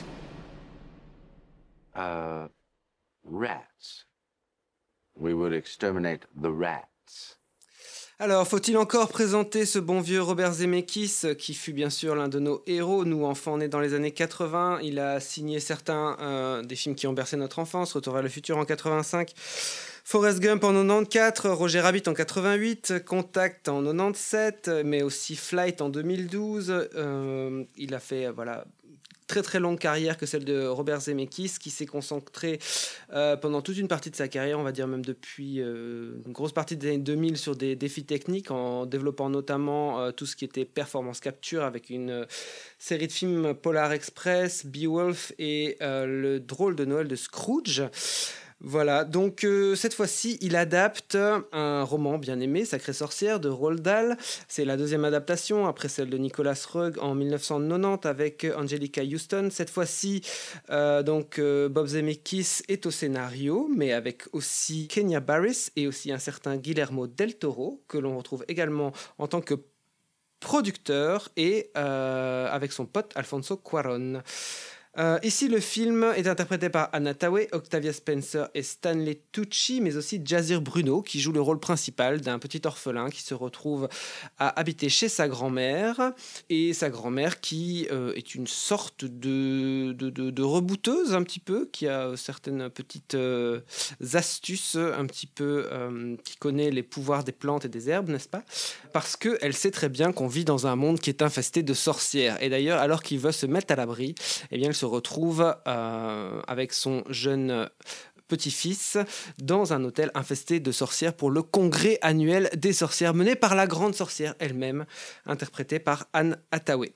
Uh, rats. We would exterminate the rats. Alors, faut-il encore présenter ce bon vieux Robert Zemeckis, qui fut bien sûr l'un de nos héros, nous enfants nés dans les années quatre-vingts. Il a signé certains euh, des films qui ont bercé notre enfance, Retour vers le futur en quatre-vingt-cinq, Forrest Gump en quatre-vingt-quatorze, Roger Rabbit en quatre-vingt-huit, Contact en quatre-vingt-dix-sept, mais aussi Flight en deux mille douze. Euh, il a fait, voilà... très très longue carrière que celle de Robert Zemeckis, qui s'est concentré euh, pendant toute une partie de sa carrière, on va dire même depuis euh, une grosse partie des années deux mille, sur des défis techniques, en développant notamment euh, tout ce qui était performance capture, avec une euh, série de films Polar Express, Beowulf et euh, le drôle de Noël de Scrooge. Voilà, donc euh, cette fois-ci, il adapte un roman bien aimé, Sacrée sorcière, de Roald Dahl. C'est la deuxième adaptation, après celle de Nicholas Roeg en dix-neuf cent quatre-vingt-dix avec Angelica Houston. Cette fois-ci, euh, donc euh, Bob Zemeckis est au scénario, mais avec aussi Kenya Barris et aussi un certain Guillermo del Toro, que l'on retrouve également en tant que producteur, et euh, avec son pote Alfonso Cuarón. Euh, ici, le film est interprété par Anna Thaoué, Octavia Spencer et Stanley Tucci, mais aussi Jazir Bruno, qui joue le rôle principal d'un petit orphelin qui se retrouve à habiter chez sa grand-mère, et sa grand-mère qui euh, est une sorte de, de, de, de rebouteuse un petit peu, qui a certaines petites euh, astuces un petit peu, euh, qui connaît les pouvoirs des plantes et des herbes, n'est-ce pas ? Parce qu'elle sait très bien qu'on vit dans un monde qui est infesté de sorcières. Et d'ailleurs, alors qu'il veut se mettre à l'abri, eh bien, elle se retrouve euh, avec son jeune petit-fils dans un hôtel infesté de sorcières pour le congrès annuel des sorcières, mené par la grande sorcière elle-même, interprétée par Anne Hathaway.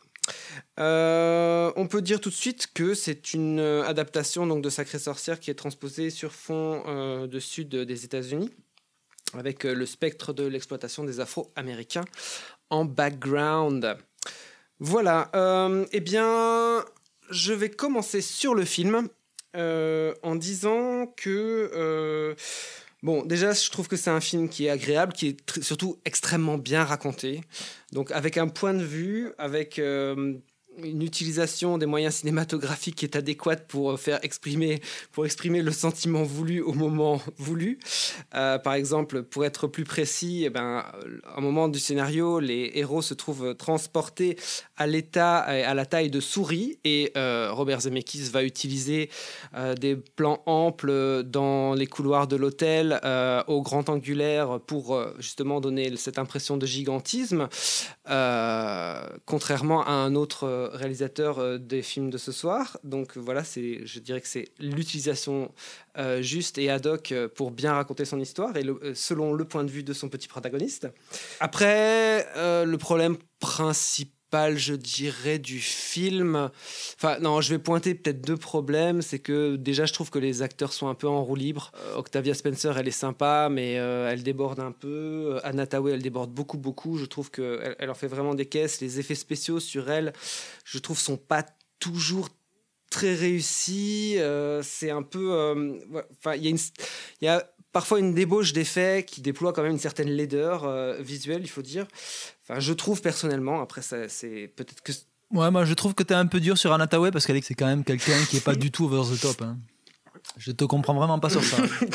Euh, on peut dire tout de suite que c'est une adaptation donc, de Sacrée sorcière qui est transposée sur fond euh, de sud des États-Unis, avec le spectre de l'exploitation des Afro-Américains en background. Voilà, euh, eh bien... je vais commencer sur le film euh, en disant que... Euh, bon, déjà, je trouve que c'est un film qui est agréable, qui est tr- surtout extrêmement bien raconté. Donc, avec un point de vue, avec euh, une utilisation des moyens cinématographiques qui est adéquate pour faire exprimer, pour exprimer le sentiment voulu au moment voulu. Euh, par exemple, pour être plus précis, eh ben, à un moment du scénario, les héros se trouvent transportés à l'état, à la taille de souris, et euh, Robert Zemeckis va utiliser euh, des plans amples dans les couloirs de l'hôtel euh, au grand angulaire pour euh, justement donner cette impression de gigantisme, euh, contrairement à un autre réalisateur euh, des films de ce soir. Donc voilà, c'est, je dirais que c'est l'utilisation euh, juste et ad hoc pour bien raconter son histoire, et le, selon le point de vue de son petit protagoniste. Après, euh, le problème principal, je dirais, du film... Enfin, non, je vais pointer peut-être deux problèmes. C'est que, déjà, je trouve que les acteurs sont un peu en roue libre. Euh, Octavia Spencer, elle est sympa, mais euh, elle déborde un peu. Anna Thaoué, elle déborde beaucoup, beaucoup. Je trouve qu'elle elle en fait vraiment des caisses. Les effets spéciaux sur elle, je trouve, sont pas toujours très réussis. Euh, c'est un peu... Enfin, euh, il y a une... Il y a parfois une débauche d'effets qui déploie quand même une certaine laideur euh, visuelle, il faut dire. Enfin, je trouve personnellement, après ça, c'est peut-être que... Ouais, moi je trouve que t'es un peu dur sur Anna Thaoué parce qu'elle est, c'est quand même quelqu'un qui est pas du tout over the top. Hein. Je te comprends vraiment pas sur ça.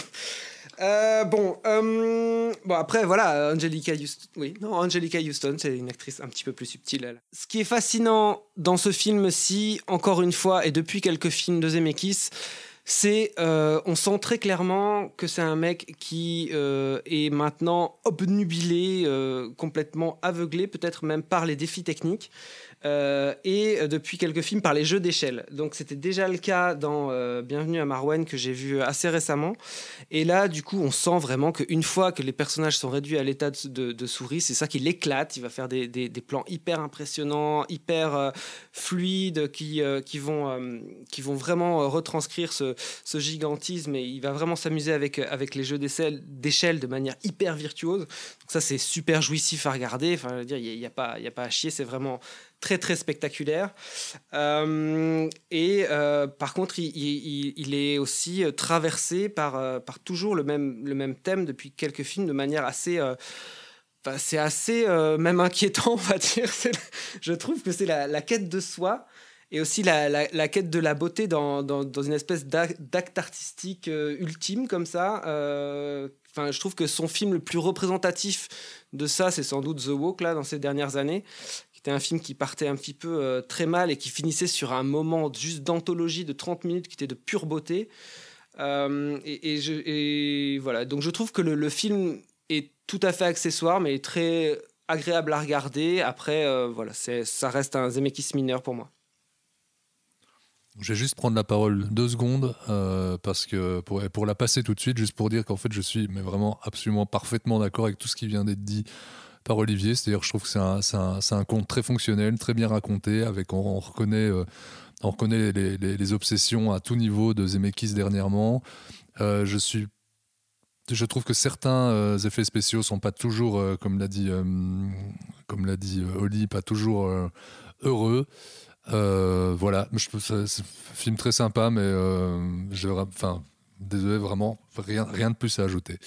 Euh, bon, euh, bon, après, voilà, Angelica Houston, oui, non, Angelica Houston, c'est une actrice un petit peu plus subtile, elle. Ce qui est fascinant dans ce film-ci, encore une fois, et depuis quelques films de Zemeckis, c'est, euh, on sent très clairement que c'est un mec qui euh, est maintenant obnubilé, euh, complètement aveuglé, peut-être même par les défis techniques. Euh, et depuis quelques films par les jeux d'échelle. Donc c'était déjà le cas dans euh, Bienvenue à Marwen, que j'ai vu assez récemment, et là du coup on sent vraiment qu'une fois que les personnages sont réduits à l'état de, de, de souris, c'est ça qui l'éclate. Il va faire des, des, des plans hyper impressionnants, hyper euh, fluides, qui, euh, qui, vont, euh, qui vont vraiment retranscrire ce, ce gigantisme, et il va vraiment s'amuser avec, avec les jeux d'échelle, d'échelle de manière hyper virtuose. Donc ça c'est super jouissif à regarder, enfin, je veux dire, il n'y a, a, a pas à chier, c'est vraiment très très spectaculaire. Euh, et euh, par contre, il, il, il est aussi traversé par, euh, par toujours le même, le même thème depuis quelques films de manière assez... Euh, bah, c'est assez euh, même inquiétant, on va dire. C'est, je trouve que c'est la, la quête de soi et aussi la, la, la quête de la beauté dans, dans, dans une espèce d'acte, d'acte artistique euh, ultime comme ça. Euh, Enfin, je trouve que son film le plus représentatif de ça, c'est sans doute The Walk, là, dans ces dernières années, qui était un film qui partait un petit peu euh, très mal et qui finissait sur un moment juste d'anthologie de trente minutes qui était de pure beauté. Euh, et, et, je, et voilà, donc je trouve que le, le film est tout à fait accessoire, mais très agréable à regarder. Après, euh, voilà, c'est, ça reste un Zemeckis mineur pour moi. Je vais juste prendre la parole deux secondes euh, parce que pour, pour la passer tout de suite, juste pour dire qu'en fait je suis mais vraiment absolument parfaitement d'accord avec tout ce qui vient d'être dit par Olivier. C'est-à-dire que je trouve que c'est un, c'est un, c'est un conte très fonctionnel, très bien raconté, avec on, on reconnaît, euh, on reconnaît les, les, les obsessions à tout niveau de Zemeckis dernièrement. Euh, je suis Je trouve que certains euh, effets spéciaux sont pas toujours, euh, comme l'a dit, euh, comme l'a dit euh, Oli, pas toujours euh, heureux. Euh, voilà, je trouve ça, c'est un film très sympa, mais euh, j'ai, enfin, désolé, vraiment, rien, rien de plus à ajouter.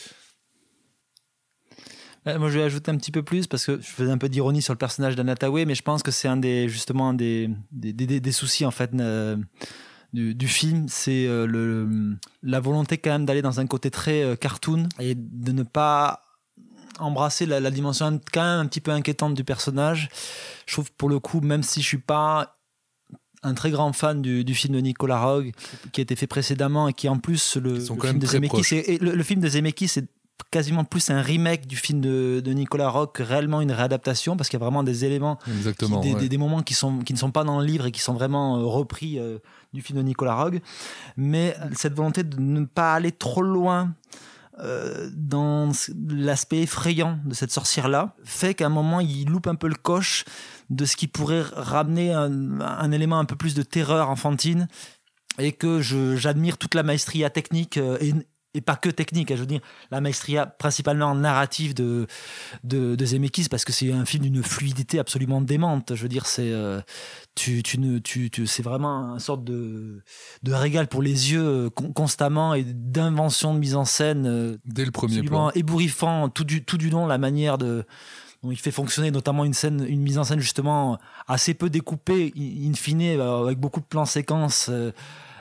Moi, je vais ajouter un petit peu plus parce que je faisais un peu d'ironie sur le personnage d'Anna Thaoué, mais je pense que c'est un des, justement, un des, des, des, des soucis en fait euh, du, du film, c'est euh, le, la volonté quand même d'aller dans un côté très euh, cartoon et de ne pas embrasser la, la dimension quand même un petit peu inquiétante du personnage. Je trouve pour le coup, même si je suis pas un très grand fan du, du film de Nicolas Roeg qui a été fait précédemment et qui en plus le, le film de Zemeckis et, et le, le film de Zemeckis c'est quasiment plus un remake du film de, de Nicolas Roeg que réellement une réadaptation parce qu'il y a vraiment des éléments, Exactement, qui, des, ouais. des, des moments qui, sont, qui ne sont pas dans le livre et qui sont vraiment euh, repris euh, du film de Nicolas Roeg, mais cette volonté de ne pas aller trop loin Euh, dans l'aspect effrayant de cette sorcière-là fait qu'à un moment il loupe un peu le coche de ce qui pourrait ramener un, un élément un peu plus de terreur enfantine et que je, j'admire toute la maestria technique euh, et, et pas que technique, je veux dire la maestria principalement narrative de, de, de Zemeckis parce que c'est un film d'une fluidité absolument démente, je veux dire c'est, euh, tu, tu ne, tu, tu, c'est vraiment une sorte de, de régal pour les yeux euh, con, constamment et d'invention de mise en scène euh, dès le premier plan ébouriffant tout du, tout du long, la manière de dont il fait fonctionner notamment une scène, une mise en scène justement assez peu découpée in fine euh, avec beaucoup de plans séquences euh,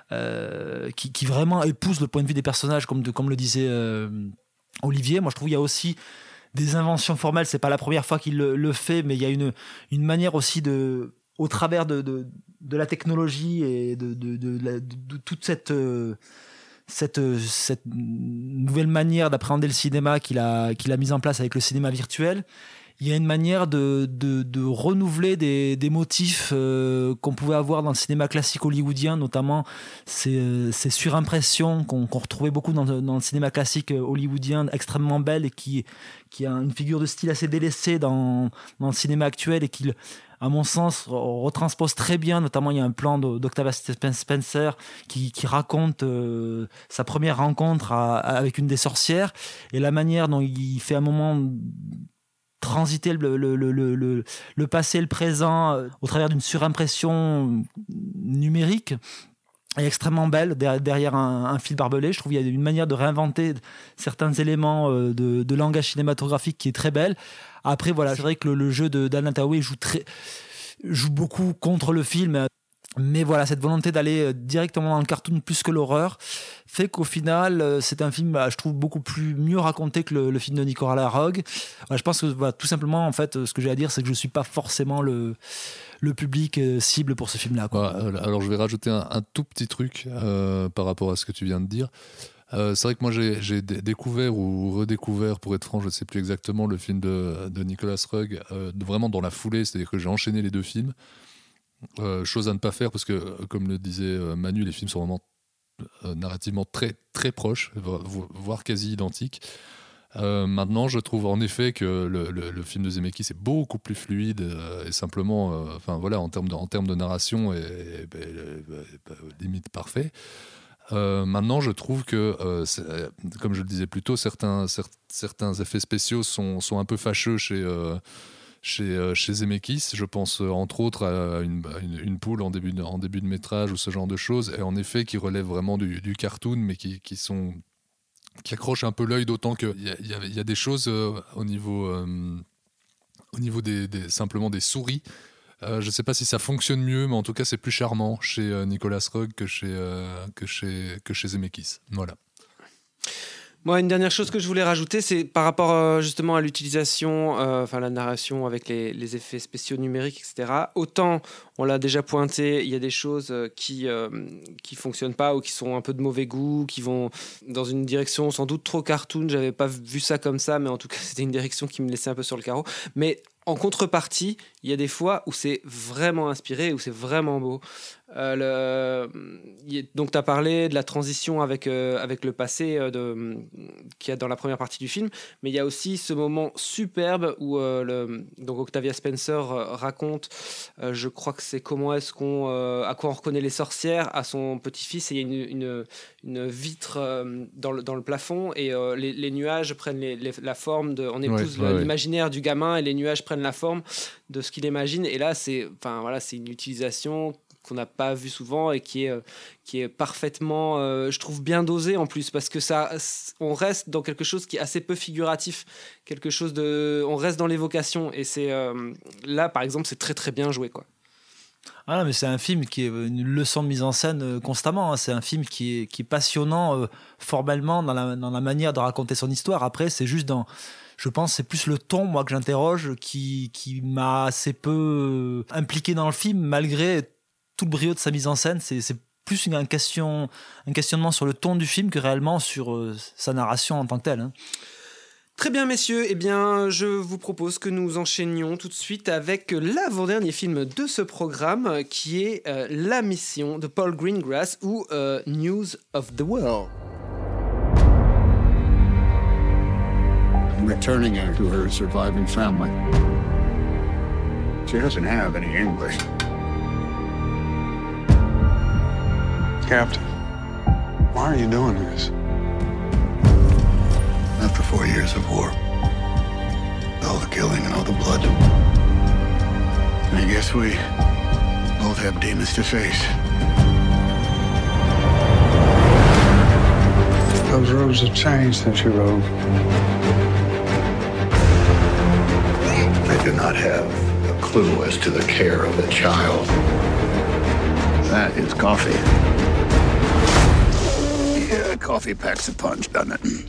Euh, qui, qui vraiment épouse le point de vue des personnages comme, de, comme le disait euh, Olivier. Moi je trouve qu'il y a aussi des inventions formelles, c'est pas la première fois qu'il le, le fait, mais il y a une, une manière aussi de, au travers de, de, de la technologie et de, de, de, de, de, de toute cette, euh, cette, cette nouvelle manière d'appréhender le cinéma qu'il a, qu'il a mise en place avec le cinéma virtuel. Il y a une manière de, de, de renouveler des, des motifs euh, qu'on pouvait avoir dans le cinéma classique hollywoodien, notamment ces, ces surimpressions qu'on, qu'on retrouvait beaucoup dans, dans le cinéma classique hollywoodien, extrêmement belle et qui, qui a une figure de style assez délaissée dans, dans le cinéma actuel et qui, à mon sens, retranspose très bien. Notamment, il y a un plan d'Octavia Spencer qui, qui raconte euh, sa première rencontre à, avec une des sorcières et la manière dont il fait un moment transiter le, le, le, le, le passé et le présent euh, au travers d'une surimpression numérique est extrêmement belle derrière un, un fil barbelé. Je trouve qu'il y a une manière de réinventer certains éléments euh, de, de langage cinématographique qui est très belle. Après, voilà, c'est vrai que le, le jeu de d'Anna Thaoué joue, très, joue beaucoup contre le film. Mais voilà, cette volonté d'aller directement dans le cartoon plus que l'horreur fait qu'au final, c'est un film, bah, je trouve, beaucoup plus mieux raconté que le, le film de Nicolas Roeg. Voilà, je pense que voilà, tout simplement, en fait, ce que j'ai à dire, c'est que je ne suis pas forcément le, le public cible pour ce film-là, quoi. Voilà, alors, je vais rajouter un, un tout petit truc euh, par rapport à ce que tu viens de dire. Euh, c'est vrai que moi, j'ai, j'ai d- découvert ou redécouvert, pour être franc, je ne sais plus exactement, le film de, de Nicolas Roeg, euh, vraiment dans la foulée, c'est-à-dire que j'ai enchaîné les deux films. Euh, chose à ne pas faire parce que, euh, comme le disait euh, Manu, les films sont vraiment euh, narrativement très, très proches, voire quasi identiques. Euh, maintenant, je trouve en effet que le, le, le film de Zemeckis est beaucoup plus fluide euh, et simplement, euh, enfin voilà, en termes de, en termes de narration, est, est, est, est, est limite parfait. Euh, maintenant, je trouve que, euh, comme je le disais plus tôt, certains, cer- certains effets spéciaux sont, sont un peu fâcheux chez. Euh, chez, euh, chez Zemeckis. Je pense euh, entre autres à une, à une, une poule en début, de, en début de métrage ou ce genre de choses, et en effet qui relèvent vraiment du, du cartoon, mais qui, qui, sont, qui accrochent un peu l'œil, d'autant qu'il y a, y, a, y a des choses euh, au niveau, euh, au niveau des, des, simplement des souris. Euh, je ne sais pas si ça fonctionne mieux, mais en tout cas c'est plus charmant chez euh, Nicolas Roeg que chez, euh, que chez, que chez Zemeckis. Voilà. Moi, une dernière chose que je voulais rajouter, c'est par rapport euh, justement à l'utilisation, euh, enfin la narration avec les, les effets spéciaux numériques, et cetera. Autant, on l'a déjà pointé, il y a des choses euh, qui euh, qui fonctionnent pas ou qui sont un peu de mauvais goût, qui vont dans une direction sans doute trop cartoon. J'avais pas vu ça comme ça, mais en tout cas, c'était une direction qui me laissait un peu sur le carreau. Mais en contrepartie, il y a des fois où c'est vraiment inspiré, où c'est vraiment beau. Euh, le... Donc, tu as parlé de la transition avec, euh, avec le passé euh, de... qu'il y a dans la première partie du film, mais il y a aussi ce moment superbe où euh, le... Donc, Octavia Spencer euh, raconte, euh, je crois que c'est comment est-ce qu'on, euh, à quoi on reconnaît les sorcières, à son petit-fils, et il y a une, une, une vitre euh, dans, le, dans le plafond, et euh, les, les nuages prennent les, les, la forme de... On épouse ouais, ouais, l'imaginaire ouais. du gamin, et les nuages prennent la forme de ce qu'il imagine, et là, c'est, enfin, voilà, c'est une utilisation qu'on n'a pas vu souvent et qui est, euh, qui est parfaitement, euh, je trouve, bien dosé en plus, parce que ça, on reste dans quelque chose qui est assez peu figuratif, quelque chose de, on reste dans l'évocation, et c'est euh, là, par exemple, c'est très très bien joué, quoi. Ah non, mais c'est un film qui est une leçon de mise en scène euh, constamment, hein. C'est un film qui est, qui est passionnant euh, formellement dans la, dans la manière de raconter son histoire. Après, c'est juste dans... Je pense que c'est plus le ton, moi, que j'interroge, qui, qui m'a assez peu euh, impliqué dans le film, malgré tout le brio de sa mise en scène. C'est, c'est plus une, un, question, un questionnement sur le ton du film que réellement sur euh, sa narration en tant que telle, hein. Très bien, messieurs. Eh bien, je vous propose que nous enchaînions tout de suite avec l'avant-dernier film de ce programme, qui est euh, La Mission de Paul Greengrass, ou euh, News of the World. Returning her to her surviving family. She doesn't have any English. Captain, why are you doing this? After four years of war, all the killing and all the blood, I guess we both have demons to face. Those robes have changed since you rode. I do not have a clue as to the care of a child. That is coffee. Yeah, coffee packs a punch, doesn't it?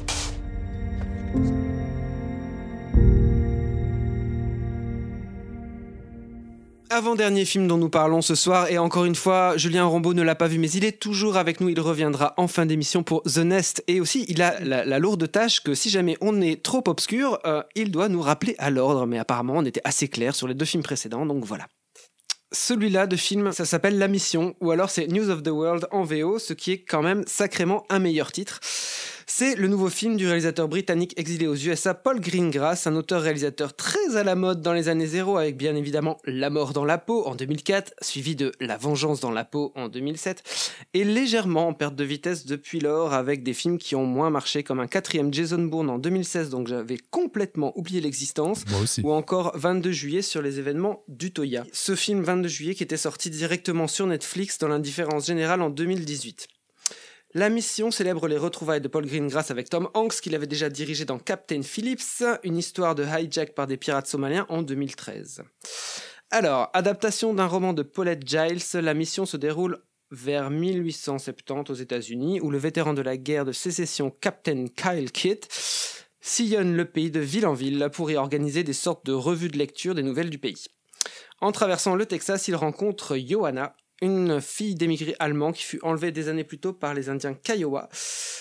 Avant-dernier film dont nous parlons ce soir, et encore une fois, Julien Rambaud ne l'a pas vu, mais il est toujours avec nous, il reviendra en fin d'émission pour The Nest, et aussi il a la, la lourde tâche que si jamais on est trop obscur, euh, il doit nous rappeler à l'ordre, mais apparemment on était assez clair sur les deux films précédents, donc voilà. Celui-là de film, ça s'appelle La Mission, ou alors c'est News of the World en V O, ce qui est quand même sacrément un meilleur titre. C'est le nouveau film du réalisateur britannique exilé aux U S A, Paul Greengrass, un auteur-réalisateur très à la mode dans les années zéro, avec bien évidemment La mort dans la peau en deux mille quatre, suivi de La vengeance dans la peau en deux mille sept, et légèrement en perte de vitesse depuis lors, avec des films qui ont moins marché, comme un quatrième Jason Bourne en deux mille seize, donc j'avais complètement oublié l'existence, Moi aussi. ou encore vingt-deux juillet sur les événements d'Utoya. Ce film vingt-deux juillet qui était sorti directement sur Netflix dans l'indifférence générale en deux mille dix-huit. La Mission célèbre les retrouvailles de Paul Greengrass avec Tom Hanks, qu'il avait déjà dirigé dans Captain Phillips, une histoire de hijack par des pirates somaliens en deux mille treize. Alors, adaptation d'un roman de Paulette Giles, La Mission se déroule vers mille huit cent soixante-dix aux États-Unis, où le vétéran de la guerre de sécession Captain Kyle Kidd sillonne le pays de ville en ville pour y organiser des sortes de revues de lecture des nouvelles du pays. En traversant le Texas, il rencontre Johanna, une fille d'émigrés allemands qui fut enlevée des années plus tôt par les Indiens Kiowa.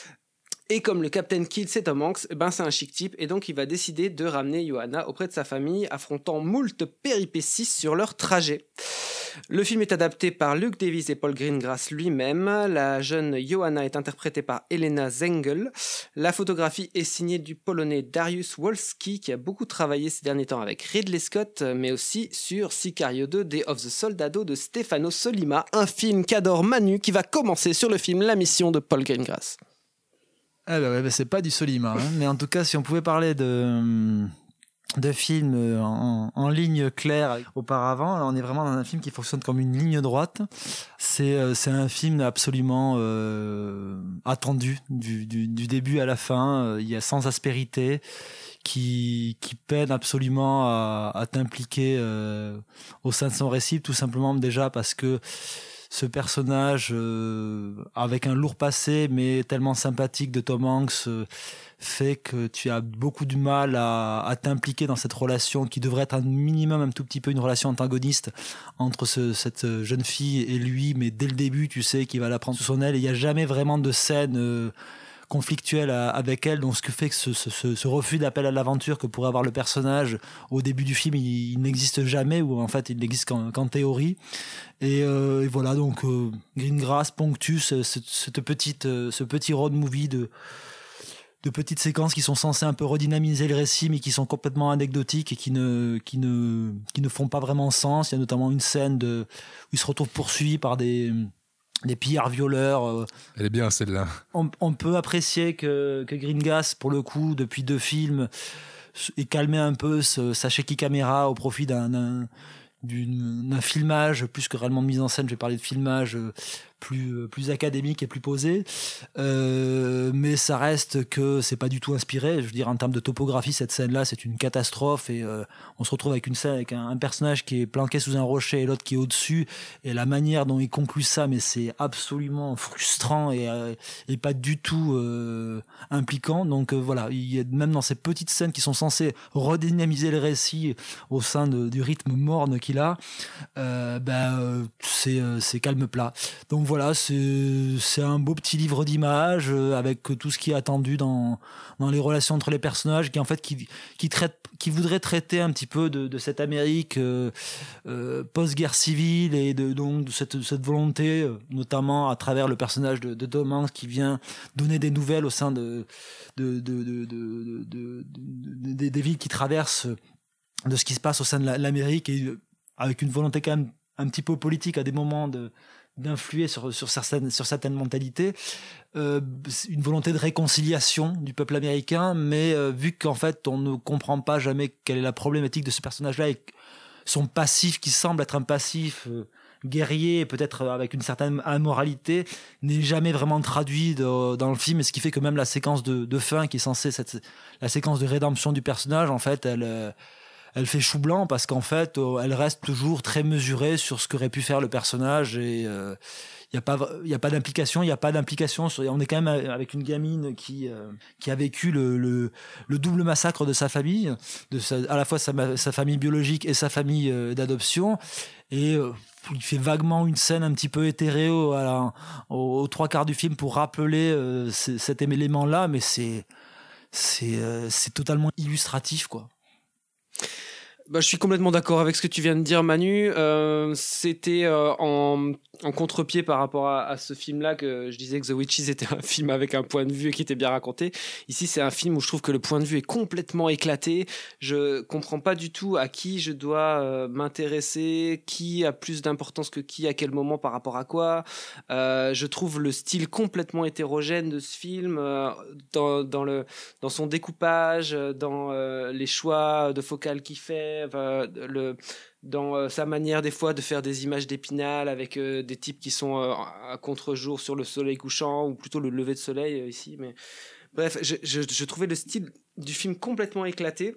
Et comme le Captain Kidd, c'est Tom Hanks, ben c'est un chic type, et donc il va décider de ramener Johanna auprès de sa famille, affrontant moult péripéties sur leur trajet. Le film est adapté par Luke Davis et Paul Greengrass lui-même. La jeune Johanna est interprétée par Elena Zengel. La photographie est signée du Polonais Dariusz Wolski, qui a beaucoup travaillé ces derniers temps avec Ridley Scott, mais aussi sur Sicario deux, Day of the Soldado de Stefano Sollima, un film qu'adore Manu, qui va commencer sur le film La Mission de Paul Greengrass. Ah bah ouais, bah c'est pas du Sollima, hein. Mais en tout cas, si on pouvait parler de, de films en, en ligne claire auparavant. Là, on est vraiment dans un film qui fonctionne comme une ligne droite. C'est, c'est un film absolument euh, attendu du, du, du début à la fin. Il y a sans aspérité, qui, qui peine absolument à, à t'impliquer euh, au sein de son récit, tout simplement déjà parce que ce personnage euh, avec un lourd passé mais tellement sympathique de Tom Hanks euh, fait que tu as beaucoup de mal à, à t'impliquer dans cette relation qui devrait être un minimum un tout petit peu une relation antagoniste entre ce, cette jeune fille et lui, mais dès le début tu sais qu'il va la prendre sous son aile et il n'y a jamais vraiment de scène euh, conflictuelle à, avec elle, donc ce que fait que ce, ce, ce refus d'appel à l'aventure que pourrait avoir le personnage au début du film, il, il n'existe jamais, ou en fait il n'existe qu'en, qu'en théorie. Et, euh, et voilà, donc euh, Greengrass ponctue ce, ce, cette petite, euh, ce petit road movie de, de petites séquences qui sont censées un peu redynamiser le récit, mais qui sont complètement anecdotiques et qui ne, qui ne, qui ne font pas vraiment sens. Il y a notamment une scène de, où il se retrouve poursuivi par des... des pillards violeurs. Elle est bien celle-là. On, on peut apprécier que, que Greengrass, pour le coup, depuis deux films, ait calmé un peu ce, sa shaky caméra au profit d'un, d'un, d'une, d'un filmage, plus que réellement de mise en scène, je vais parler de filmage plus, plus académique et plus posé. Euh, mais ça reste que c'est pas du tout inspiré. Je veux dire, en termes de topographie, cette scène-là, c'est une catastrophe et euh, on se retrouve avec une scène avec un, un personnage qui est planqué sous un rocher et l'autre qui est au-dessus. Et la manière dont il conclut ça, mais c'est absolument frustrant et, euh, et pas du tout euh, impliquant. Donc euh, voilà, il y a, même dans ces petites scènes qui sont censées redynamiser le récit au sein de, du rythme morne qu'il a, euh, ben, euh, c'est, euh, c'est calme plat. Donc voilà, c'est, c'est un beau petit livre d'images euh, avec tout ce qui est attendu dans, dans les relations entre les personnages, qui en fait qui, qui, traite, qui voudrait traiter un petit peu de, de cette Amérique euh, euh, post-guerre civile et de, donc, de cette, cette volonté, euh, notamment à travers le personnage de, de Tom Hanks qui vient donner des nouvelles au sein de, de, de, de, de, de, de, de, de des villes qui traversent, de ce qui se passe au sein de la, l'Amérique, et avec une volonté quand même un petit peu politique à des moments de d'influer sur, sur, certaines, sur certaines mentalités, euh, une volonté de réconciliation du peuple américain, mais euh, vu qu'en fait on ne comprend pas jamais quelle est la problématique de ce personnage-là et son passif qui semble être un passif euh, guerrier, peut-être avec une certaine immoralité, n'est jamais vraiment traduit de, dans le film, et ce qui fait que même la séquence de, de fin qui est censée cette, la séquence de rédemption du personnage, en fait elle... Euh, elle fait chou blanc parce qu'en fait elle reste toujours très mesurée sur ce qu'aurait pu faire le personnage, et il euh, y a pas il y a pas d'implication il y a pas d'implication sur, on est quand même avec une gamine qui euh, qui a vécu le, le le double massacre de sa famille, de sa, à la fois sa, sa famille biologique et sa famille euh, d'adoption, et euh, il fait vaguement une scène un petit peu éthérée au, à la, aux, aux trois quarts du film pour rappeler euh, cet élément là, mais c'est c'est euh, c'est totalement illustratif, quoi. Bah, je suis complètement d'accord avec ce que tu viens de dire, Manu. Euh, c'était euh, en, en contre-pied par rapport à, à ce film-là que je disais que The Witches était un film avec un point de vue qui était bien raconté. Ici, c'est un film où je trouve que le point de vue est complètement éclaté. Je comprends pas du tout à qui je dois euh, m'intéresser, qui a plus d'importance que qui, à quel moment, par rapport à quoi. Euh, je trouve le style complètement hétérogène de ce film, euh, dans, dans, le, dans son découpage, dans euh, les choix de focale qu'il fait, le, dans euh, sa manière des fois de faire des images d'Épinal avec euh, des types qui sont euh, à contre-jour sur le soleil couchant, ou plutôt le lever de soleil euh, ici, mais bref, je, je, je trouvais le style du film complètement éclaté.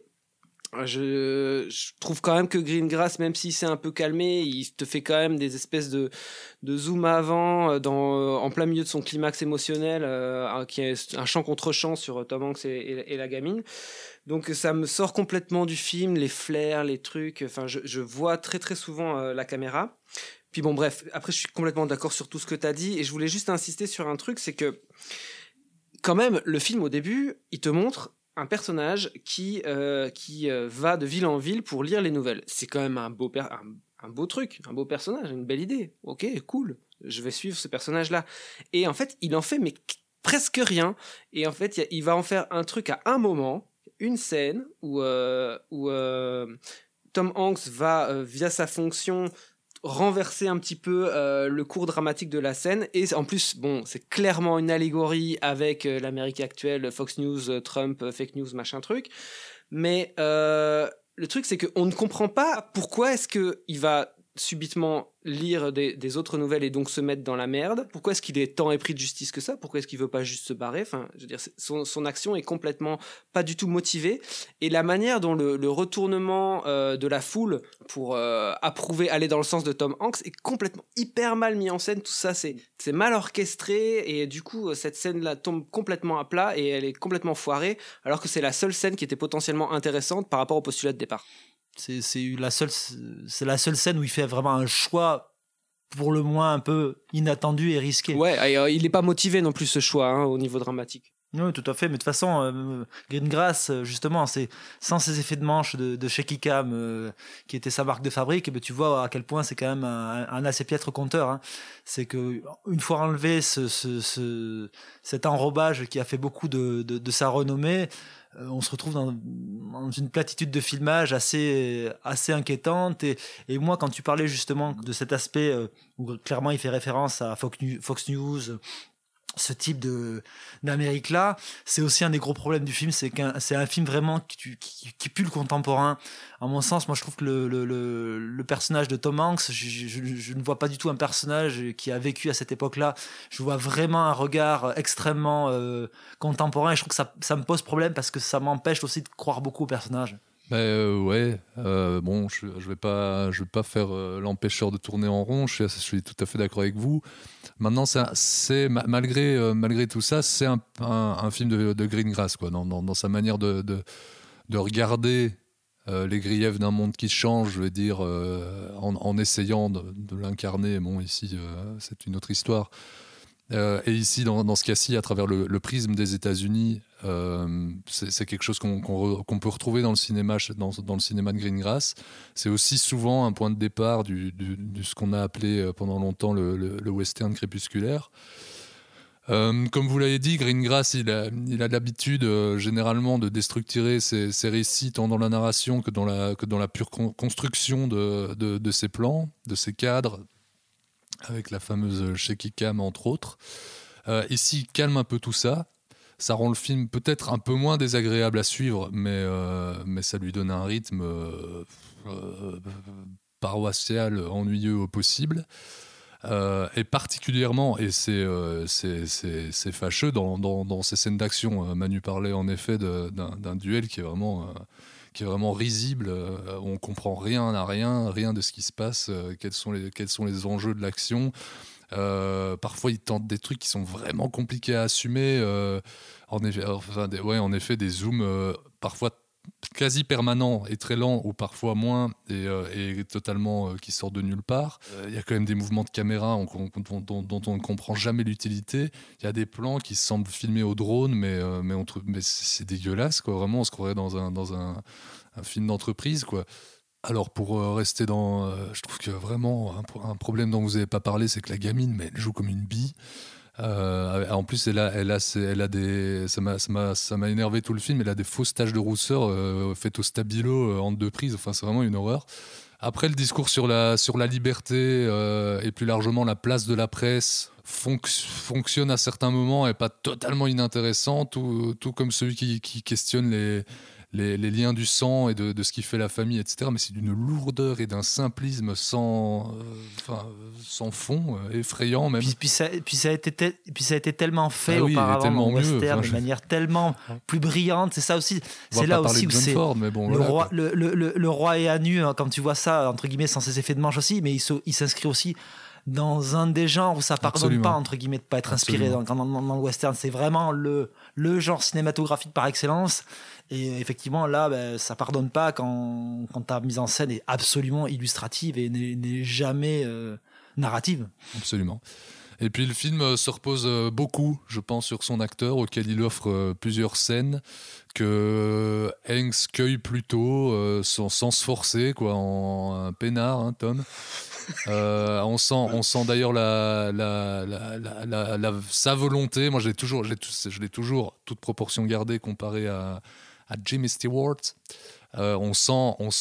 Je, je trouve quand même que Greengrass, même s'il s'est un peu calmé, il te fait quand même des espèces de, de zoom avant dans, en plein milieu de son climax émotionnel, euh, qui est un chant contre chant sur Tom Hanks et, et, et la gamine. Donc ça me sort complètement du film, les flares, les trucs. Enfin, je, je vois très très souvent euh, la caméra. Puis bon, bref. Après, je suis complètement d'accord sur tout ce que t'as dit, et je voulais juste insister sur un truc, c'est que quand même, le film au début, il te montre un personnage qui euh, qui euh, va de ville en ville pour lire les nouvelles. C'est quand même un beau per- un, un beau truc, un beau personnage, une belle idée. Ok, cool. Je vais suivre ce personnage-là. Et en fait, il en fait mais presque rien. Et en fait, il va en faire un truc à un moment, une scène où euh, où euh, Tom Hanks va euh, via sa fonction renverser un petit peu euh, le cours dramatique de la scène. Et en plus, bon, c'est clairement une allégorie avec euh, l'Amérique actuelle, Fox News, euh, Trump, euh, fake news, machin truc. Mais euh, le truc, c'est qu'on ne comprend pas pourquoi est-ce qu'il va subitement lire des, des autres nouvelles et donc se mettre dans la merde. Pourquoi est-ce qu'il est tant épris de justice que ça? Pourquoi est-ce qu'il veut pas juste se barrer? Enfin, je veux dire, son, son action est complètement pas du tout motivée. Et la manière dont le, le retournement euh, de la foule pour euh, approuver, aller dans le sens de Tom Hanks est complètement hyper mal mis en scène. Tout ça, c'est, c'est mal orchestré et du coup, cette scène-là tombe complètement à plat et elle est complètement foirée, alors que c'est la seule scène qui était potentiellement intéressante par rapport au postulat de départ. C'est, c'est, la seule, c'est la seule scène où il fait vraiment un choix pour le moins un peu inattendu et risqué. Ouais, et, euh, il n'est pas motivé non plus ce choix hein, au niveau dramatique. Oui, tout à fait. Mais de toute façon, euh, Greengrass, justement, c'est sans ces effets de manche de, de Shaky Cam, euh, qui était sa marque de fabrique, et ben, tu vois à quel point c'est quand même un, un assez piètre compteur. Hein. C'est que une fois enlevé ce, ce, ce, cet enrobage qui a fait beaucoup de, de, de sa renommée, euh, on se retrouve dans, dans une platitude de filmage assez, assez inquiétante. Et, et moi, quand tu parlais justement de cet aspect euh, où clairement il fait référence à Fox News, Fox News ce type de d'Amérique là, c'est aussi un des gros problèmes du film, c'est qu'un c'est un film vraiment qui, qui, qui pue le contemporain. À mon sens, moi je trouve que le le le, le personnage de Tom Hanks, je, je, je ne vois pas du tout un personnage qui a vécu à cette époque-là. Je vois vraiment un regard extrêmement euh, contemporain et je trouve que ça ça me pose problème parce que ça m'empêche aussi de croire beaucoup au personnage. Bah euh, ouais, euh, bon, je, je vais pas, je vais pas faire euh, l'empêcheur de tourner en rond. Je suis, je suis tout à fait d'accord avec vous. Maintenant, c'est, c'est malgré euh, malgré tout ça, c'est un, un, un film de, de Greengrass quoi, dans, dans, dans sa manière de de, de regarder euh, les griefs d'un monde qui change. Je veux dire, euh, en, en essayant de, de l'incarner. Bon, ici, euh, c'est une autre histoire. Euh, et ici, dans, dans ce cas-ci, à travers le, le prisme des États-Unis, euh, c'est, c'est quelque chose qu'on, qu'on, re, qu'on peut retrouver dans le cinéma, dans, dans le cinéma de Greengrass. C'est aussi souvent un point de départ du, du, de ce qu'on a appelé pendant longtemps le, le, le western crépusculaire. Euh, comme vous l'avez dit, Greengrass, il a, il a l'habitude euh, généralement de déstructurer ses, ses récits tant dans la narration que dans la, que dans la pure con- construction de, de, de ses plans, de ses cadres, avec la fameuse shaky cam entre autres. Euh, ici, il calme un peu tout ça. Ça rend le film peut-être un peu moins désagréable à suivre, mais, euh, mais ça lui donne un rythme euh, euh, paroissial, ennuyeux au possible. Euh, et particulièrement, et c'est, euh, c'est, c'est, c'est fâcheux, dans, dans, dans ces scènes d'action. Manu parlait en effet de, d'un, d'un duel qui est vraiment... Euh, qui est vraiment risible, euh, on comprend rien à rien, rien de ce qui se passe, euh, quels sont les, quels sont les enjeux de l'action. Euh, parfois, ils tentent des trucs qui sont vraiment compliqués à assumer. Euh, en, effet, enfin, des, ouais, en effet, des zooms euh, parfois quasi permanents et très lents, ou parfois moins, et, euh, et totalement euh, qui sortent de nulle part. Il euh, y a quand même des mouvements de caméra on, on, dont, dont, dont on ne comprend jamais l'utilité. Il y a des plans qui semblent filmés au drone, mais, euh, mais, on trouve, mais c'est, c'est dégueulasse, quoi. Vraiment, on se croirait dans un, dans un, un film d'entreprise, quoi. Alors pour euh, rester dans... Euh, je trouve que vraiment, un, un problème dont vous n'avez pas parlé, c'est que la gamine, mais elle joue comme une bille. Euh, en plus, elle a, elle a, elle a des, ça m'a, ça m'a, ça m'a énervé tout le film. Elle a des fausses taches de rousseur euh, faites au stabilo euh, en deux prises. Enfin, c'est vraiment une horreur. Après, le discours sur la, sur la liberté euh, et plus largement la place de la presse fonc- fonctionne à certains moments et pas totalement inintéressant, tout, tout comme celui qui, qui questionne les, les, les liens du sang et de, de ce qui fait la famille, et cetera. Mais c'est d'une lourdeur et d'un simplisme sans, euh, enfin, sans fond, euh, effrayant même. Puis, puis, ça, puis, ça a été te, puis ça a été tellement fait ah oui, auparavant tellement en western, mieux, enfin, de je... manière tellement plus brillante. C'est ça aussi. On c'est va là pas aussi où c'est Ford, mais bon, le, voilà, roi, le, le, le, le roi est à nu, hein, quand tu vois ça, entre guillemets, sans ses effets de manche aussi, mais il, se, il s'inscrit aussi dans un des genres où ça pardonne Absolument. pas, entre guillemets, de pas être inspiré dans, dans, dans, dans le western. C'est vraiment le, le genre cinématographique par excellence. Et effectivement, là, ben, ça pardonne pas quand, quand ta mise en scène est absolument illustrative et n'est, n'est jamais euh, narrative. Absolument. Et puis le film se repose beaucoup, je pense, sur son acteur, auquel il offre plusieurs scènes que Hanks cueille plutôt euh, sans, sans se forcer, quoi, en un peinard, hein, Tom. Euh, on sent, on sent d'ailleurs la, la, la, la, la, la, sa volonté. Moi, je l'ai toujours, je l'ai, je l'ai toujours, toute proportion gardée, comparé à, à Jimmy Stewart. Euh, on sent, on sent une,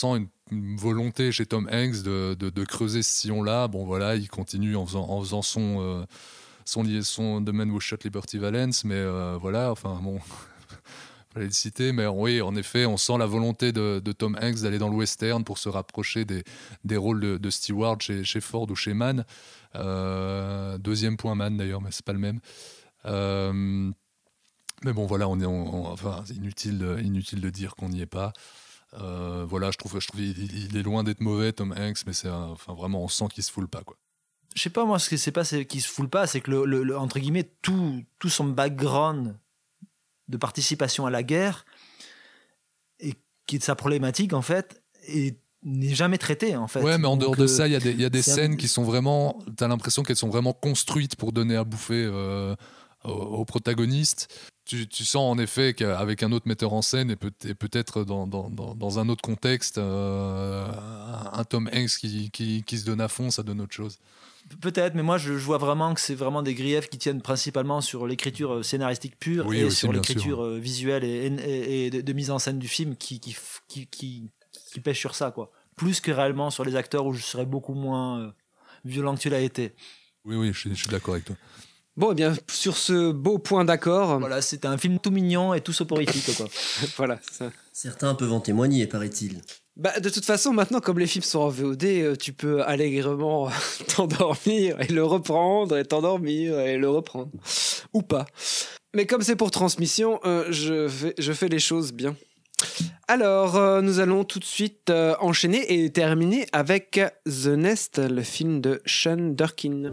une volonté chez Tom Hanks de, de, de creuser ce sillon-là. Bon, voilà, il continue en faisant, en faisant son, euh, son, son The Man Who Shot Liberty Valance, mais euh, voilà, enfin, bon, fallait le citer, mais oui, en effet, on sent la volonté de, de Tom Hanks d'aller dans le western pour se rapprocher des, des rôles de, de Stewart chez, chez Ford ou chez Mann. Euh, deuxième point Mann, d'ailleurs, mais c'est pas le même. Euh, mais bon, voilà, on est, on, on, enfin, c'est inutile de, inutile de dire qu'on n'y est pas. Euh, voilà, je trouve, je trouve il, il est loin d'être mauvais, Tom Hanks, mais c'est un, enfin, vraiment, on sent qu'il se foule pas, quoi. Je sais pas, moi, ce qui c'est pas, c'est qu'il se foule pas, c'est que le, le, le, entre guillemets, tout, tout son background de participation à la guerre et qui est de sa problématique, en fait, et n'est jamais traité, en fait. Ouais, mais en Donc, dehors de euh, ça, il y a des, il y a des scènes un... qui sont vraiment, t'as l'impression qu'elles sont vraiment construites pour donner à bouffer euh, aux, aux protagonistes. Tu, tu sens en effet qu'avec un autre metteur en scène et, peut, et peut-être dans, dans, dans, dans un autre contexte, euh, un, un Tom Hanks qui, qui, qui se donne à fond, ça donne autre chose. Peut-être, mais moi je, je vois vraiment que c'est vraiment des griefs qui tiennent principalement sur l'écriture scénaristique pure oui, et aussi, sur bien l'écriture sûr. visuelle et, et, et de, de mise en scène du film qui, qui, qui, qui, qui pêche sur ça, quoi. Plus que réellement sur les acteurs où je serais beaucoup moins euh, violent que tu l'as été. Oui, oui, je suis, je suis d'accord avec toi. Bon, eh bien, sur ce beau point d'accord... Voilà, c'était un film tout mignon et tout soporifique, quoi. Voilà, ça. Certains peuvent en témoigner, paraît-il. Bah, de toute façon, maintenant, comme les films sont en V O D, tu peux allègrement t'endormir et le reprendre, et t'endormir et le reprendre. Ou pas. Mais comme c'est pour transmission, euh, je, fais, je fais les choses bien. Alors, euh, nous allons tout de suite euh, enchaîner et terminer avec The Nest, le film de Sean Durkin.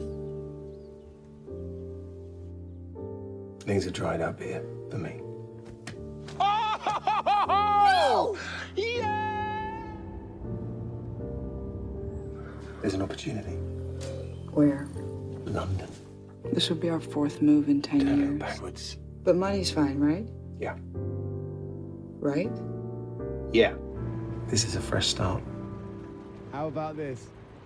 Things are dried up here for me. Oh! Yeah! There's an opportunity. Where? London. This will be our fourth move in ten Turn years. it backwards. But money's fine, right? Yeah. Right? Yeah. This is a fresh start. How about this?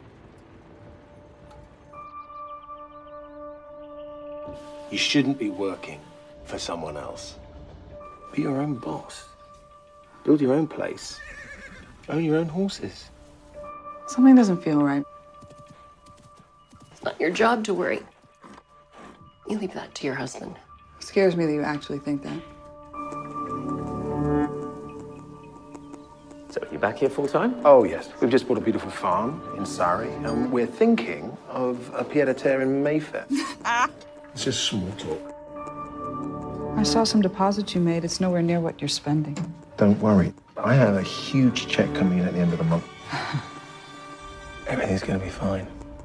You shouldn't be working for someone else. Be your own boss. Build your own place. Own your own horses. Something doesn't feel right. It's not your job to worry. You leave that to your husband. It scares me that you actually think that. So, are you back here full time? Oh, yes. We've just bought a beautiful farm in Surrey, and we're thinking of a pied-à-terre in Mayfair. It's just small talk. I saw some deposits you made. It's nowhere near what you're spending. Don't worry. I have a huge check coming in at the end of the month. Everything's gonna be fine.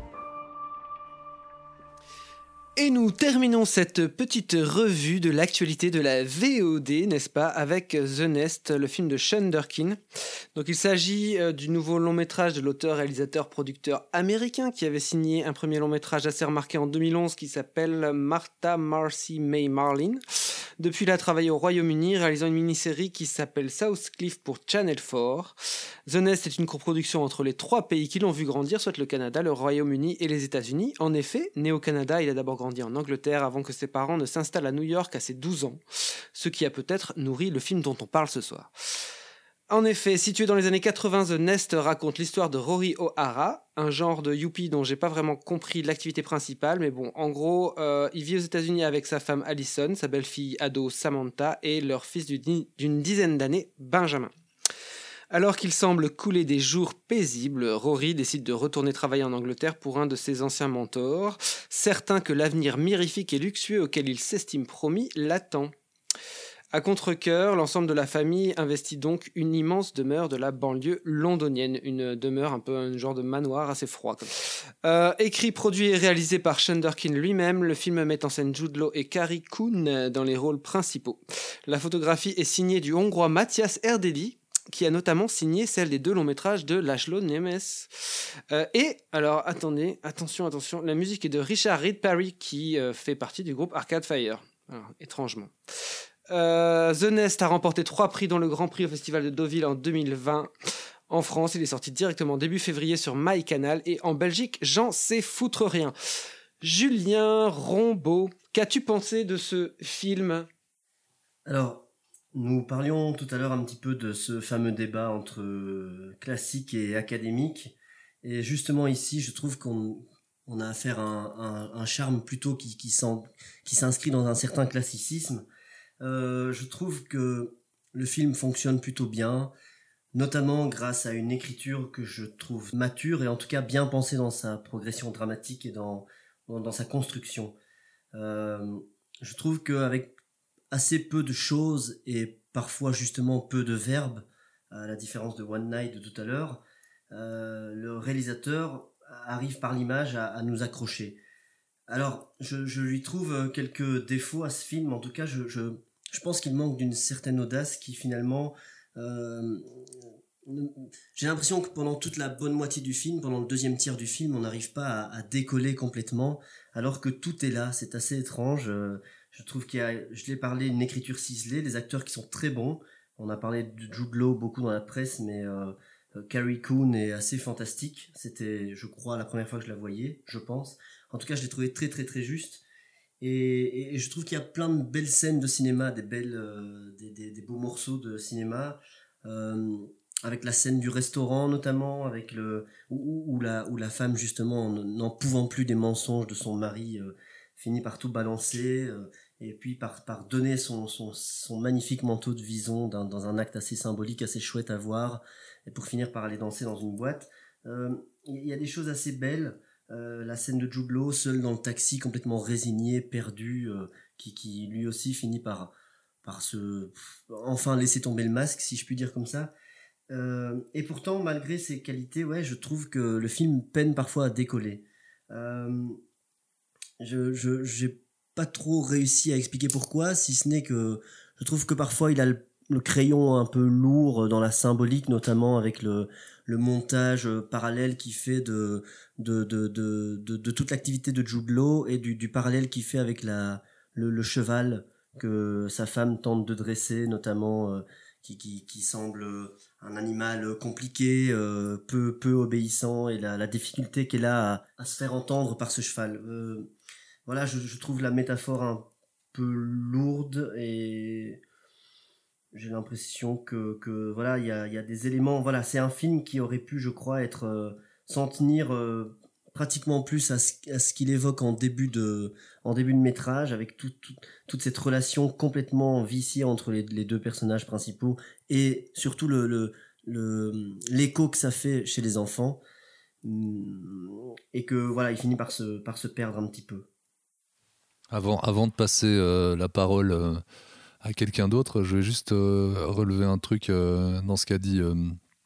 Et nous terminons cette petite revue de l'actualité de la V O D, n'est-ce pas, avec The Nest, le film de Sean Durkin. Donc il s'agit euh, du nouveau long métrage de l'auteur, réalisateur, producteur américain qui avait signé un premier long métrage assez remarqué en deux mille onze qui s'appelle Martha Marcy May Marlin. Depuis, il a travaillé au Royaume-Uni, réalisant une mini-série qui s'appelle Southcliffe pour Channel four. The Nest est une coproduction entre les trois pays qui l'ont vu grandir, soit le Canada, le Royaume-Uni et les États-Unis. En effet, né au Canada, il a d'abord grandi en Angleterre avant que ses parents ne s'installent à New York à ses douze ans, ce qui a peut-être nourri le film dont on parle ce soir. En effet, situé dans les années quatre-vingts, The Nest raconte l'histoire de Rory O'Hara, un genre de youpi dont j'ai pas vraiment compris l'activité principale, mais bon, en gros, euh, il vit aux États-Unis avec sa femme Allison, sa belle-fille ado Samantha et leur fils d'une dizaine d'années, Benjamin. Alors qu'il semble couler des jours paisibles, Rory décide de retourner travailler en Angleterre pour un de ses anciens mentors, certain que l'avenir mirifique et luxueux auquel il s'estime promis l'attend. À contre-cœur, l'ensemble de la famille investit donc une immense demeure de la banlieue londonienne, une demeure un peu un genre de manoir assez froid. Comme euh, écrit, produit et réalisé par Sean Durkin lui-même, le film met en scène Jude Law et Carrie Coon dans les rôles principaux. La photographie est signée du Hongrois Matthias Erdély, qui a notamment signé celle des deux longs métrages de László Nemes. Euh, et, alors attendez, attention, attention, la musique est de Richard Reed Parry, qui euh, fait partie du groupe Arcade Fire, alors, étrangement. Euh, The Nest a remporté trois prix dont le Grand Prix au Festival de Deauville en deux mille vingt. En France, il est sorti directement début février sur MyCanal et en Belgique, j'en sais foutre rien. Julien Rombaud, qu'as-tu pensé de ce film ? Alors, Nous parlions tout à l'heure un petit peu de ce fameux débat entre classique et académique. Et justement ici, je trouve qu'on on a affaire à un, un, un charme plutôt qui, qui, qui s'inscrit dans un certain classicisme. Euh, je trouve que le film fonctionne plutôt bien, notamment grâce à une écriture que je trouve mature et en tout cas bien pensée dans sa progression dramatique et dans, dans, dans sa construction. Euh, je trouve qu'avec assez peu de choses et parfois justement peu de verbes, à la différence de One Night de tout à l'heure, euh, le réalisateur arrive par l'image à, à nous accrocher. Alors, je, je lui trouve quelques défauts à ce film, en tout cas, je, je, je pense qu'il manque d'une certaine audace qui finalement... Euh, j'ai l'impression que pendant toute la bonne moitié du film, pendant le deuxième tiers du film, on n'arrive pas à, à décoller complètement, alors que tout est là, c'est assez étrange. Euh, je trouve qu'il y a, je l'ai parlé, une écriture ciselée, des acteurs qui sont très bons. On a parlé de Jude Law beaucoup dans la presse, mais euh, Carrie Coon est assez fantastique. C'était, je crois, la première fois que je la voyais, je pense. En tout cas, je l'ai trouvé très très très juste. Et, et je trouve qu'il y a plein de belles scènes de cinéma, des belles, euh, des, des, des beaux morceaux de cinéma, euh, avec la scène du restaurant notamment, avec le où, où la où la femme justement n'en pouvant plus des mensonges de son mari euh, finit par tout balancer euh, et puis par par donner son son son magnifique manteau de vison dans dans un acte assez symbolique, assez chouette à voir, et pour finir par aller danser dans une boîte. Euh, il y a des choses assez belles. Euh, la scène de Jude Law seul dans le taxi, complètement résigné, perdu, euh, qui qui lui aussi finit par par se enfin laisser tomber le masque, si je puis dire comme ça. Euh, et pourtant, malgré ses qualités, ouais, je trouve que le film peine parfois à décoller. Euh, je, je, j'ai pas trop réussi à expliquer pourquoi, si ce n'est que je trouve que parfois il a le, le crayon un peu lourd dans la symbolique, notamment avec le, le montage parallèle qu'il fait de, de, de, de, de, de toute l'activité de Jude Law et du, du parallèle qu'il fait avec la, le, le cheval que sa femme tente de dresser, notamment... Euh, Qui, qui, qui semble un animal compliqué, euh, peu, peu obéissant, et la, la difficulté qu'elle a à, à se faire entendre par ce cheval. Euh, voilà, je, je trouve la métaphore un peu lourde et j'ai l'impression que, que voilà, il y a, y a des éléments. Voilà, c'est un film qui aurait pu, je crois, être euh, s'en tenir euh, pratiquement plus à ce, à ce qu'il évoque en début de, en début de métrage, avec tout, tout, toute cette relation complètement viciée entre les, les deux personnages principaux et surtout le, le, le, l'écho que ça fait chez les enfants, et que voilà, il finit par se, par se perdre un petit peu. Avant, avant de passer euh, la parole euh, à quelqu'un d'autre, je vais juste euh, relever un truc euh, dans ce qu'a dit euh,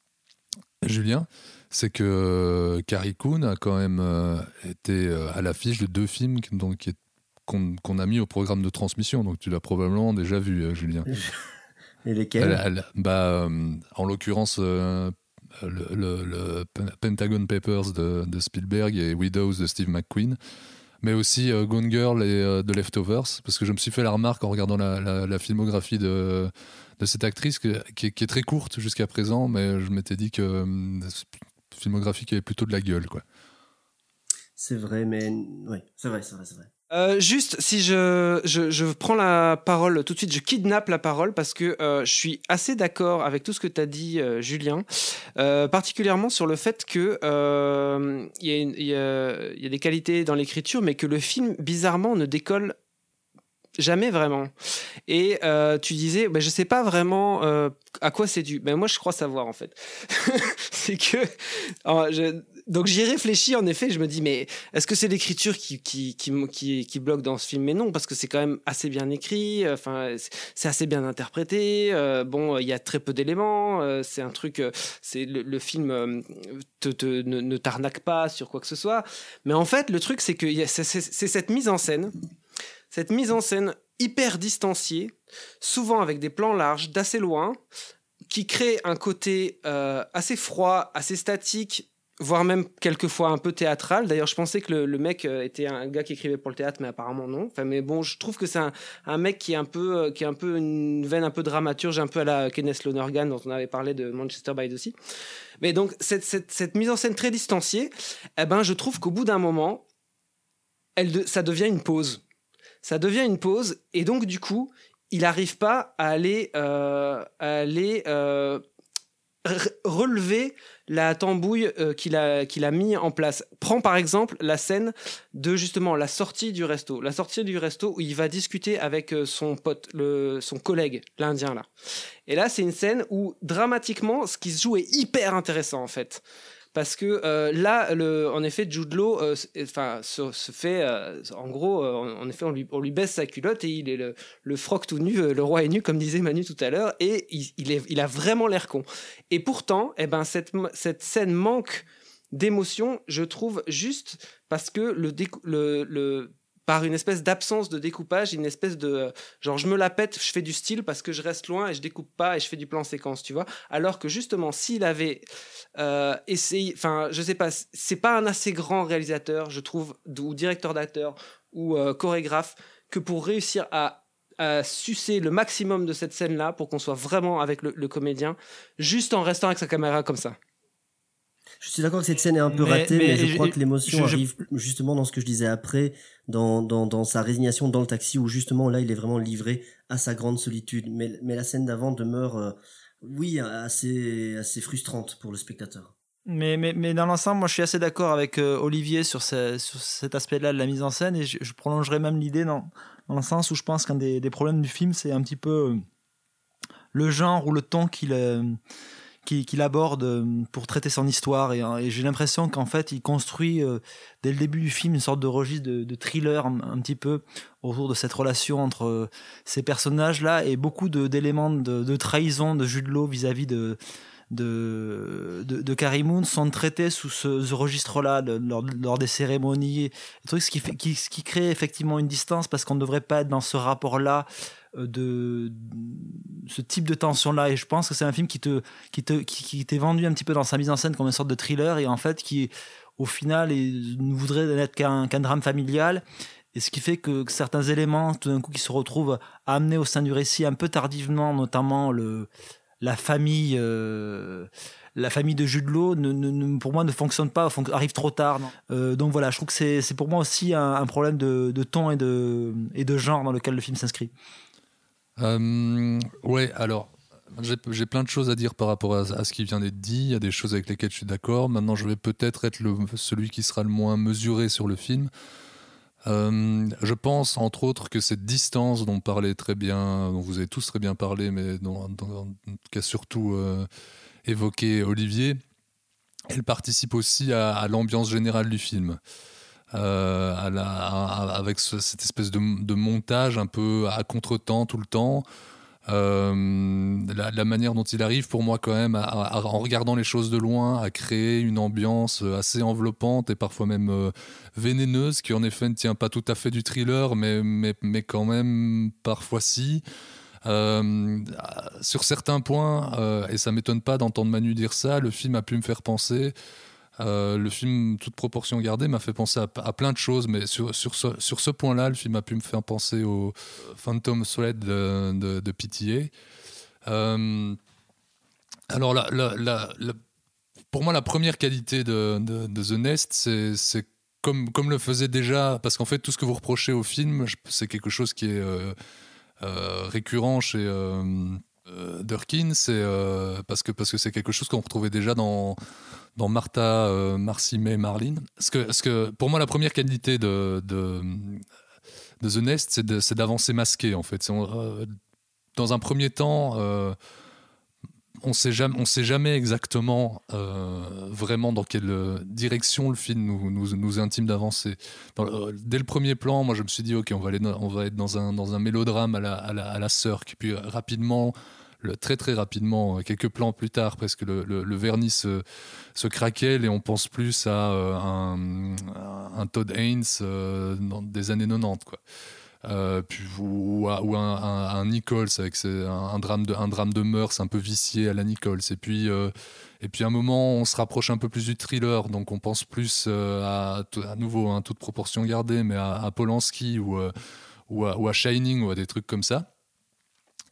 Julien. C'est que euh, Carrie Coon a quand même euh, été euh, à l'affiche de deux films donc, qui est, qu'on, qu'on a mis au programme de transmission. Donc tu l'as probablement déjà vu, euh, Julien. Et lesquels ? elle, elle, bah, euh, En l'occurrence, euh, le, le, le Pentagon Papers de, de Spielberg et Widows de Steve McQueen. Mais aussi euh, Gone Girl et euh, The Leftovers. Parce que je me suis fait la remarque en regardant la, la, la filmographie de, de cette actrice qui, qui, qui est très courte jusqu'à présent. Mais je m'étais dit que... Euh, filmographie qui avait plutôt de la gueule, quoi. C'est vrai, mais oui, c'est vrai, c'est vrai, c'est vrai. Euh, juste, si je, je, je prends la parole tout de suite, je kidnappe la parole parce que euh, je suis assez d'accord avec tout ce que tu as dit, euh, Julien, euh, particulièrement sur le fait qu'il euh, y, y, y a des qualités dans l'écriture, mais que le film, bizarrement, ne décolle jamais vraiment. Et euh, tu disais, bah, je sais pas vraiment euh, à quoi c'est dû. Ben, moi, je crois savoir, en fait. C'est que... Alors, je... Donc, j'y réfléchis, en effet. Je me dis, mais est-ce que c'est l'écriture qui, qui, qui, qui, qui bloque dans ce film ? Mais non, parce que c'est quand même assez bien écrit. Enfin, c'est assez bien interprété. Euh, bon, il y a très peu d'éléments. Euh, c'est un truc... C'est le, le film euh, te, te, ne, ne t'arnaque pas sur quoi que ce soit. Mais en fait, le truc, c'est que y a, c'est, c'est, c'est cette mise en scène... Cette mise en scène hyper distanciée, souvent avec des plans larges, d'assez loin, qui crée un côté euh, assez froid, assez statique, voire même quelquefois un peu théâtral. D'ailleurs, je pensais que le, le mec était un gars qui écrivait pour le théâtre, mais apparemment non. Enfin, mais bon, je trouve que c'est un, un mec qui est un peu, qui est un peu une veine un peu dramaturge, un peu à la Kenneth Lonergan dont on avait parlé de Manchester by the Sea. Mais donc cette, cette, cette mise en scène très distanciée, eh ben, je trouve qu'au bout d'un moment, elle de, ça devient une pause. Ça devient une pause, et donc du coup, il n'arrive pas à aller, euh, à aller euh, re- relever la tambouille euh, qu'il a, qu'il a mis en place. Prends par exemple la scène de justement la sortie du resto. La sortie du resto où il va discuter avec euh, son pote, le, son collègue, l'Indien là. Et là, c'est une scène où dramatiquement, ce qui se joue est hyper intéressant en fait. Parce que euh, là, le, en effet, Jude Law euh, enfin, se, se fait... Euh, en gros, euh, en effet, on lui, on lui baisse sa culotte et il est le, le froc tout nu, euh, le roi est nu, comme disait Manu tout à l'heure, et il, il, est, il a vraiment l'air con. Et pourtant, eh ben, cette, cette scène manque d'émotion, je trouve, juste parce que le... Décou- le, le par une espèce d'absence de découpage, une espèce de... Genre, je me la pète, je fais du style parce que je reste loin et je découpe pas et je fais du plan séquence, tu vois. Alors que justement, s'il avait euh, essayé... Enfin, je sais pas, c'est pas un assez grand réalisateur, je trouve, ou directeur d'acteur, ou euh, chorégraphe, que pour réussir à, à sucer le maximum de cette scène-là, pour qu'on soit vraiment avec le, le comédien, juste en restant avec sa caméra comme ça. Je suis d'accord que cette scène est un peu Mais- ratée, mais, mais je je- crois que l'émotion je- je- arrive justement dans ce que je disais après, dans, dans, dans sa résignation dans le taxi, où justement là il est vraiment livré à sa grande solitude. Mais, mais la scène d'avant demeure, euh, oui, assez, assez frustrante pour le spectateur. Mais, mais, mais dans l'ensemble, moi je suis assez d'accord avec euh, Olivier sur, ce- sur cet aspect-là de la mise en scène, et je, je prolongerai même l'idée dans, dans le sens où je pense qu'un des, des problèmes du film, c'est un petit peu euh, le genre ou le ton qu'il euh, qu'il qu'il aborde euh, pour traiter son histoire. Et, euh, et j'ai l'impression qu'en fait, il construit euh, dès le début du film une sorte de registre de, de thriller un, un petit peu autour de cette relation entre euh, ces personnages-là, et beaucoup de, d'éléments de, de trahison de Jude Law vis-à-vis de de, de, de Carrie Moon sont traités sous ce, ce registre-là de, lors, lors des cérémonies, et trucs, ce qui, fait, qui, ce qui crée effectivement une distance, parce qu'on ne devrait pas être dans ce rapport-là, euh, de, de ce type de tension-là. Et je pense que c'est un film qui te, qui te, qui, qui t'est vendu un petit peu dans sa mise en scène comme une sorte de thriller, et en fait qui au final est, ne voudrait n'être qu'un, qu'un drame familial. Et ce qui fait que, que certains éléments tout d'un coup qui se retrouvent amenés au sein du récit un peu tardivement, notamment le la famille, euh, la famille de Jude Law, ne, ne, ne, pour moi, ne fonctionne pas, fon- arrive trop tard. Euh, donc voilà, je trouve que c'est, c'est pour moi aussi un, un problème de, de ton et de, et de genre dans lequel le film s'inscrit. Euh, ouais, alors, j'ai, j'ai plein de choses à dire par rapport à, à ce qui vient d'être dit. Il y a des choses avec lesquelles je suis d'accord. Maintenant, je vais peut-être être le, celui qui sera le moins mesuré sur le film. Euh, je pense entre autres que cette distance dont parlait très bien, dont vous avez tous très bien parlé, mais dont, dont, qu'a surtout euh, évoqué Olivier, elle participe aussi à, à l'ambiance générale du film, euh, à la, à, avec ce, cette espèce de, de montage un peu à contretemps tout le temps. Euh, la, la manière dont il arrive pour moi quand même à, à, en regardant les choses de loin à créer une ambiance assez enveloppante et parfois même euh, vénéneuse, qui en effet ne tient pas tout à fait du thriller, mais, mais, mais quand même parfois si euh, sur certains points, euh, et ça m'étonne pas d'entendre Manu dire ça, le film a pu me faire penser Euh, le film, toute proportion gardée, m'a fait penser à, à plein de choses, mais sur, sur, ce, sur ce point-là, le film a pu me faire penser au Phantom Thread de, de, de P T A. Euh, alors, la, la, la, la, pour moi, la première qualité de, de, de The Nest, c'est, c'est comme, comme le faisait déjà, parce qu'en fait, tout ce que vous reprochez au film, c'est quelque chose qui est euh, euh, récurrent chez euh, euh, Durkin, c'est, euh, parce, que, parce que c'est quelque chose qu'on retrouvait déjà dans... dans Martha, euh, Marcy May, Marlene. Parce que, parce que pour moi, la première qualité de, de, de The Nest, c'est, de, c'est d'avancer masqué, en fait. C'est, euh, dans un premier temps, euh, on sait jamais, on sait jamais exactement euh, vraiment dans quelle direction le film nous, nous, nous intime d'avancer. Dans, euh, dès le premier plan, moi, je me suis dit, OK, on va, aller, on va être dans un, dans un mélodrame à la, à la, à la Sirk. Puis euh, rapidement... Le, très très rapidement, quelques plans plus tard, presque le, le, le vernis se, se craquelle et on pense plus à euh, un, un Todd Haynes euh, dans, des années quatre-vingt-dix, quoi. Euh, puis, ou, ou un, un, un Nichols avec ses, un, un, drame de, un drame de mœurs un peu vicié à la Nichols. Et puis, euh, et puis à un moment, on se rapproche un peu plus du thriller, donc on pense plus euh, à, à nouveau, hein, toute proportion gardée, mais à, à Polanski ou, euh, ou, à, ou à Shining ou à des trucs comme ça.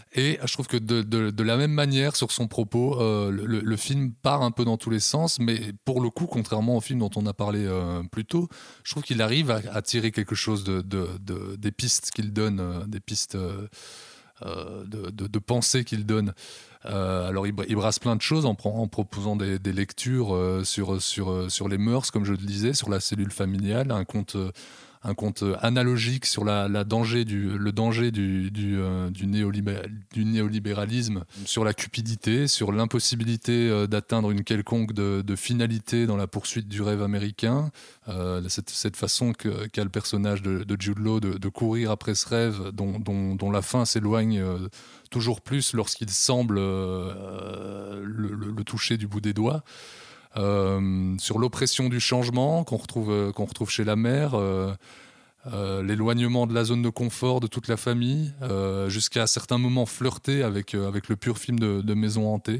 Et je trouve que de, de, de la même manière, sur son propos, euh, le, le film part un peu dans tous les sens, mais pour le coup, contrairement au film dont on a parlé euh, plus tôt, je trouve qu'il arrive à, à tirer quelque chose de, de, de, des pistes qu'il donne, euh, des pistes euh, euh, de, de, de pensée qu'il donne. Euh, alors il, il brasse plein de choses en, en proposant des, des lectures euh, sur, sur, sur les mœurs, comme je le disais, sur la cellule familiale, un conte... Euh, un conte analogique sur la, la danger du, le danger du, du, euh, du, néolibé- du néolibéralisme, sur la cupidité, sur l'impossibilité euh, d'atteindre une quelconque de, de finalité dans la poursuite du rêve américain, euh, cette, cette façon que, qu'a le personnage de, de Jude Law de, de courir après ce rêve dont, dont, dont la fin s'éloigne euh, toujours plus lorsqu'il semble euh, le, le, le toucher du bout des doigts. Euh, sur l'oppression du changement qu'on retrouve, euh, qu'on retrouve chez la mère, euh, euh, l'éloignement de la zone de confort de toute la famille, euh, jusqu'à certains moments flirter avec, euh, avec le pur film de, de Maison hantée.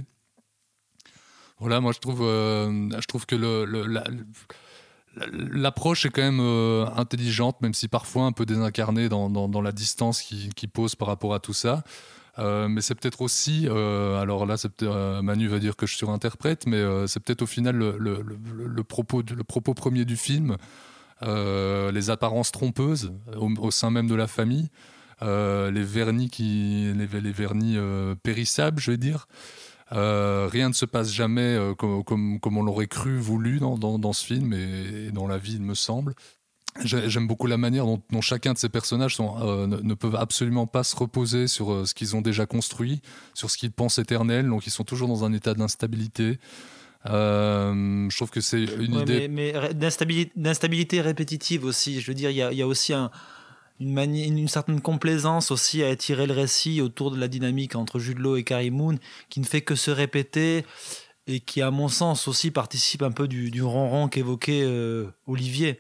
Voilà, moi je trouve, euh, je trouve que le, le, la, l'approche est quand même euh, intelligente, même si parfois un peu désincarnée dans, dans, dans la distance qu'il qui pose par rapport à tout ça. Euh, mais c'est peut-être aussi, euh, alors là, c'est euh, Manu va dire que je surinterprète, mais euh, c'est peut-être au final le, le, le, le, propos, le propos premier du film, euh, les apparences trompeuses au, au sein même de la famille, euh, les vernis, qui, les, les vernis euh, périssables, je vais dire. Euh, rien ne se passe jamais euh, comme, comme, comme on l'aurait cru, voulu dans, dans, dans ce film et, et dans la vie, il me semble. J'aime beaucoup la manière dont, dont chacun de ces personnages sont, euh, ne, ne peuvent absolument pas se reposer sur euh, ce qu'ils ont déjà construit, sur ce qu'ils pensent éternel, donc ils sont toujours dans un état d'instabilité. Euh, je trouve que c'est une ouais, idée... Mais, mais d'instabilité, d'instabilité répétitive aussi, je veux dire, il y a, il y a aussi un, une, mani- une certaine complaisance aussi à étirer le récit autour de la dynamique entre Jude Law et Carrie Moon, qui ne fait que se répéter et qui, à mon sens, aussi participe un peu du, du ronron qu'évoquait euh, Olivier.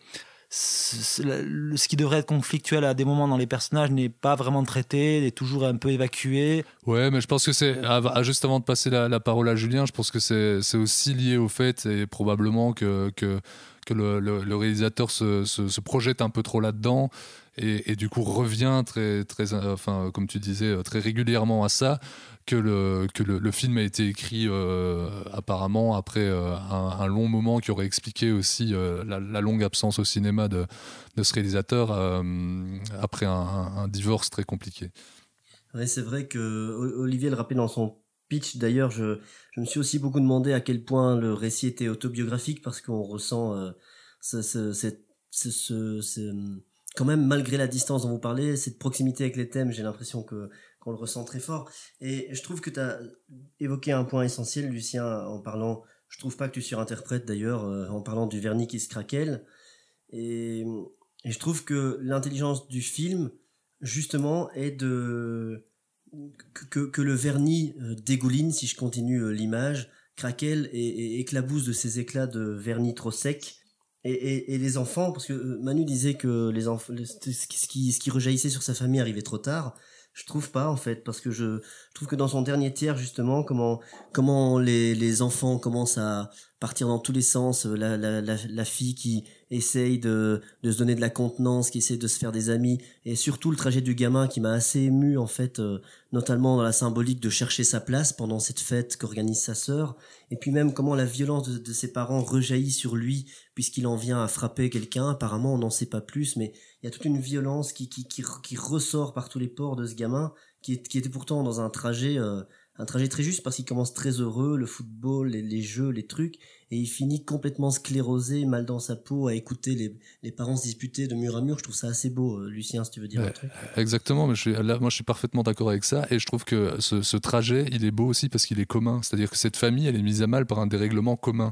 Ce qui devrait être conflictuel à des moments dans les personnages n'est pas vraiment traité, est toujours un peu évacué. Ouais, mais je pense que c'est, juste avant de passer la, la parole à Julien, je pense que c'est, c'est aussi lié au fait, et probablement que, que, que le, le, le réalisateur se, se, se projette un peu trop là-dedans et, et du coup revient très, très, enfin, comme tu disais, très régulièrement à ça. Que le, que le, le film a été écrit euh, apparemment après euh, un, un long moment qui aurait expliqué aussi euh, la, la longue absence au cinéma de, de ce réalisateur euh, après un, un, un divorce très compliqué. Ouais, c'est vrai que Olivier le rappelait dans son pitch. D'ailleurs, je, je me suis aussi beaucoup demandé à quel point le récit était autobiographique parce qu'on ressent euh, ce, ce, cette, ce, ce, ce, quand même, malgré la distance dont vous parlez, cette proximité avec les thèmes, j'ai l'impression que on le ressent très fort. Et je trouve que tu as évoqué un point essentiel, Lucien, en parlant, je trouve pas que tu surinterprètes d'ailleurs, euh, en parlant du vernis qui se craquelle. Et, et je trouve que l'intelligence du film, justement, est de... que, que le vernis euh, dégouline, si je continue euh, l'image, craquelle et, et éclabousse de ces éclats de vernis trop secs. Et, et, et les enfants, parce que Manu disait que les enfants, ce qui, ce qui rejaillissait sur sa famille arrivait trop tard. Je trouve pas, en fait, parce que je, je trouve que dans son dernier tiers, justement, comment, comment les, les enfants commencent à partir dans tous les sens, la, la, la, la fille qui essaye de, de se donner de la contenance, qui essaye de se faire des amis, et surtout le trajet du gamin qui m'a assez ému, en fait, euh, notamment dans la symbolique de chercher sa place pendant cette fête qu'organise sa sœur, et puis même comment la violence de, de ses parents rejaillit sur lui, puisqu'il en vient à frapper quelqu'un. Apparemment, on n'en sait pas plus, mais il y a toute une violence qui, qui, qui, qui ressort par tous les pores de ce gamin, qui, est, qui était pourtant dans un trajet, euh, un trajet très juste, parce qu'il commence très heureux, le football, les, les jeux, les trucs, et il finit complètement sclérosé, mal dans sa peau, à écouter les, les parents se disputer de mur à mur. Je trouve ça assez beau, euh, Lucien, si tu veux dire ouais, un truc. Exactement, mais je suis, là, moi je suis parfaitement d'accord avec ça, et je trouve que ce, ce trajet, il est beau aussi parce qu'il est commun, c'est-à-dire que cette famille, elle est mise à mal par un dérèglement commun.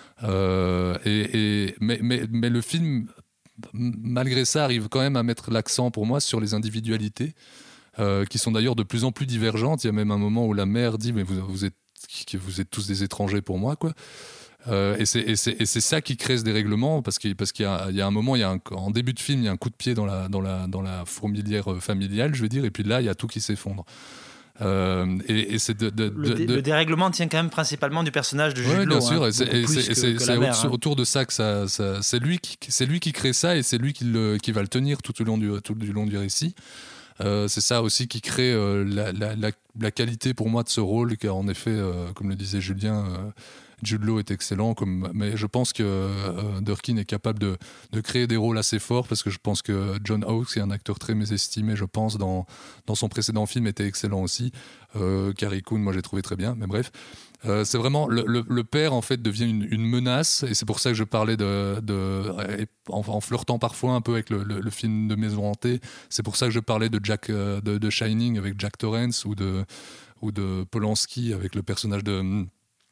Euh, et, et, mais, mais, mais le film, malgré ça, arrive quand même à mettre l'accent pour moi sur les individualités, euh, qui sont d'ailleurs de plus en plus divergentes. Il y a même un moment où la mère dit « mais vous, vous, êtes, vous êtes tous des étrangers pour moi », quoi. Euh, et, c'est, et, c'est, et c'est ça qui crée ce dérèglement, parce, qu'il, parce qu'il y a, il y a un moment, il y a un, en début de film, il y a un coup de pied dans la, dans la, dans la fourmilière familiale, je veux dire, et puis là, il y a tout qui s'effondre. Euh, et, et c'est de, de, le, dé, de... le dérèglement tient quand même principalement du personnage de Jude Law. Oui, bien hein, sûr, et c'est, et c'est, c'est, c'est, c'est mère, autour, hein. autour de ça que ça, ça c'est, lui qui, c'est lui qui crée ça, et c'est lui qui, le, qui va le tenir tout au long du, tout du long du récit. Euh, c'est ça aussi qui crée euh, la, la, la, la qualité pour moi de ce rôle, car en effet, euh, comme le disait Julien, euh, Jude Law est excellent, comme, mais je pense que euh, Durkin est capable de, de créer des rôles assez forts, parce que je pense que John Hawkes, qui est un acteur très mésestimé, je pense, dans, dans son précédent film, était excellent aussi. Euh, Carrie Coon, moi j'ai trouvé très bien, mais bref. Euh, c'est vraiment le, le, le père en fait devient une, une menace, et c'est pour ça que je parlais de, de en, en flirtant parfois un peu avec le, le, le film de Maison hantée. C'est pour ça que je parlais de Jack de, de Shining avec Jack Torrance, ou de ou de Polanski avec le personnage de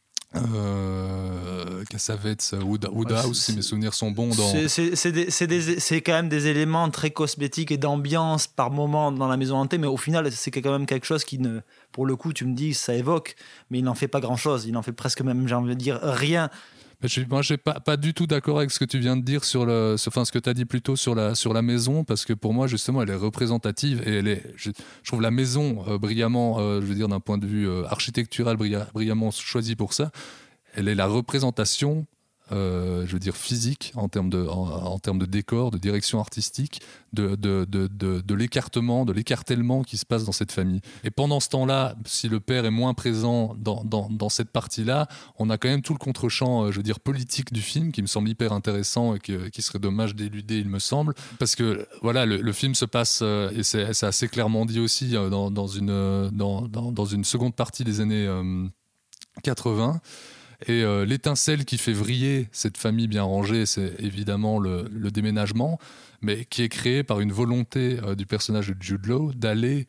Euh, Cassavetes, Woodhouse, ouais, si mes souvenirs sont bons. Dans... C'est, c'est, c'est, des, c'est, des, c'est quand même des éléments très cosmétiques et d'ambiance par moment dans la maison hantée, mais au final, c'est quand même quelque chose qui, ne, pour le coup, tu me dis, ça évoque, mais il n'en fait pas grand-chose. Il n'en fait presque même, j'ai envie de dire, rien. Mais je, moi, je suis pas, pas du tout d'accord avec ce que tu viens de dire sur le, sur, enfin, ce que tu as dit plus tôt sur la, sur la maison, parce que pour moi, justement, elle est représentative et elle est, je, je trouve la maison euh, brillamment, euh, je veux dire, d'un point de vue euh, architectural, brillamment choisie pour ça. Elle est la représentation, euh, je veux dire, physique en termes de, en, en termes de décor, de direction artistique, de, de, de, de, de l'écartement, de l'écartèlement qui se passe dans cette famille. Et pendant ce temps-là, si le père est moins présent dans, dans, dans cette partie-là, on a quand même tout le contre-champ, je veux dire, politique du film, qui me semble hyper intéressant et que, qui serait dommage d'éluder, il me semble. Parce que, voilà, le, le film se passe, et c'est, c'est assez clairement dit aussi, dans, dans, une, dans, dans, dans une seconde partie des années euh, quatre-vingts. Et euh, l'étincelle qui fait vriller cette famille bien rangée, c'est évidemment le, le déménagement, mais qui est créé par une volonté euh, du personnage de Jude Law d'aller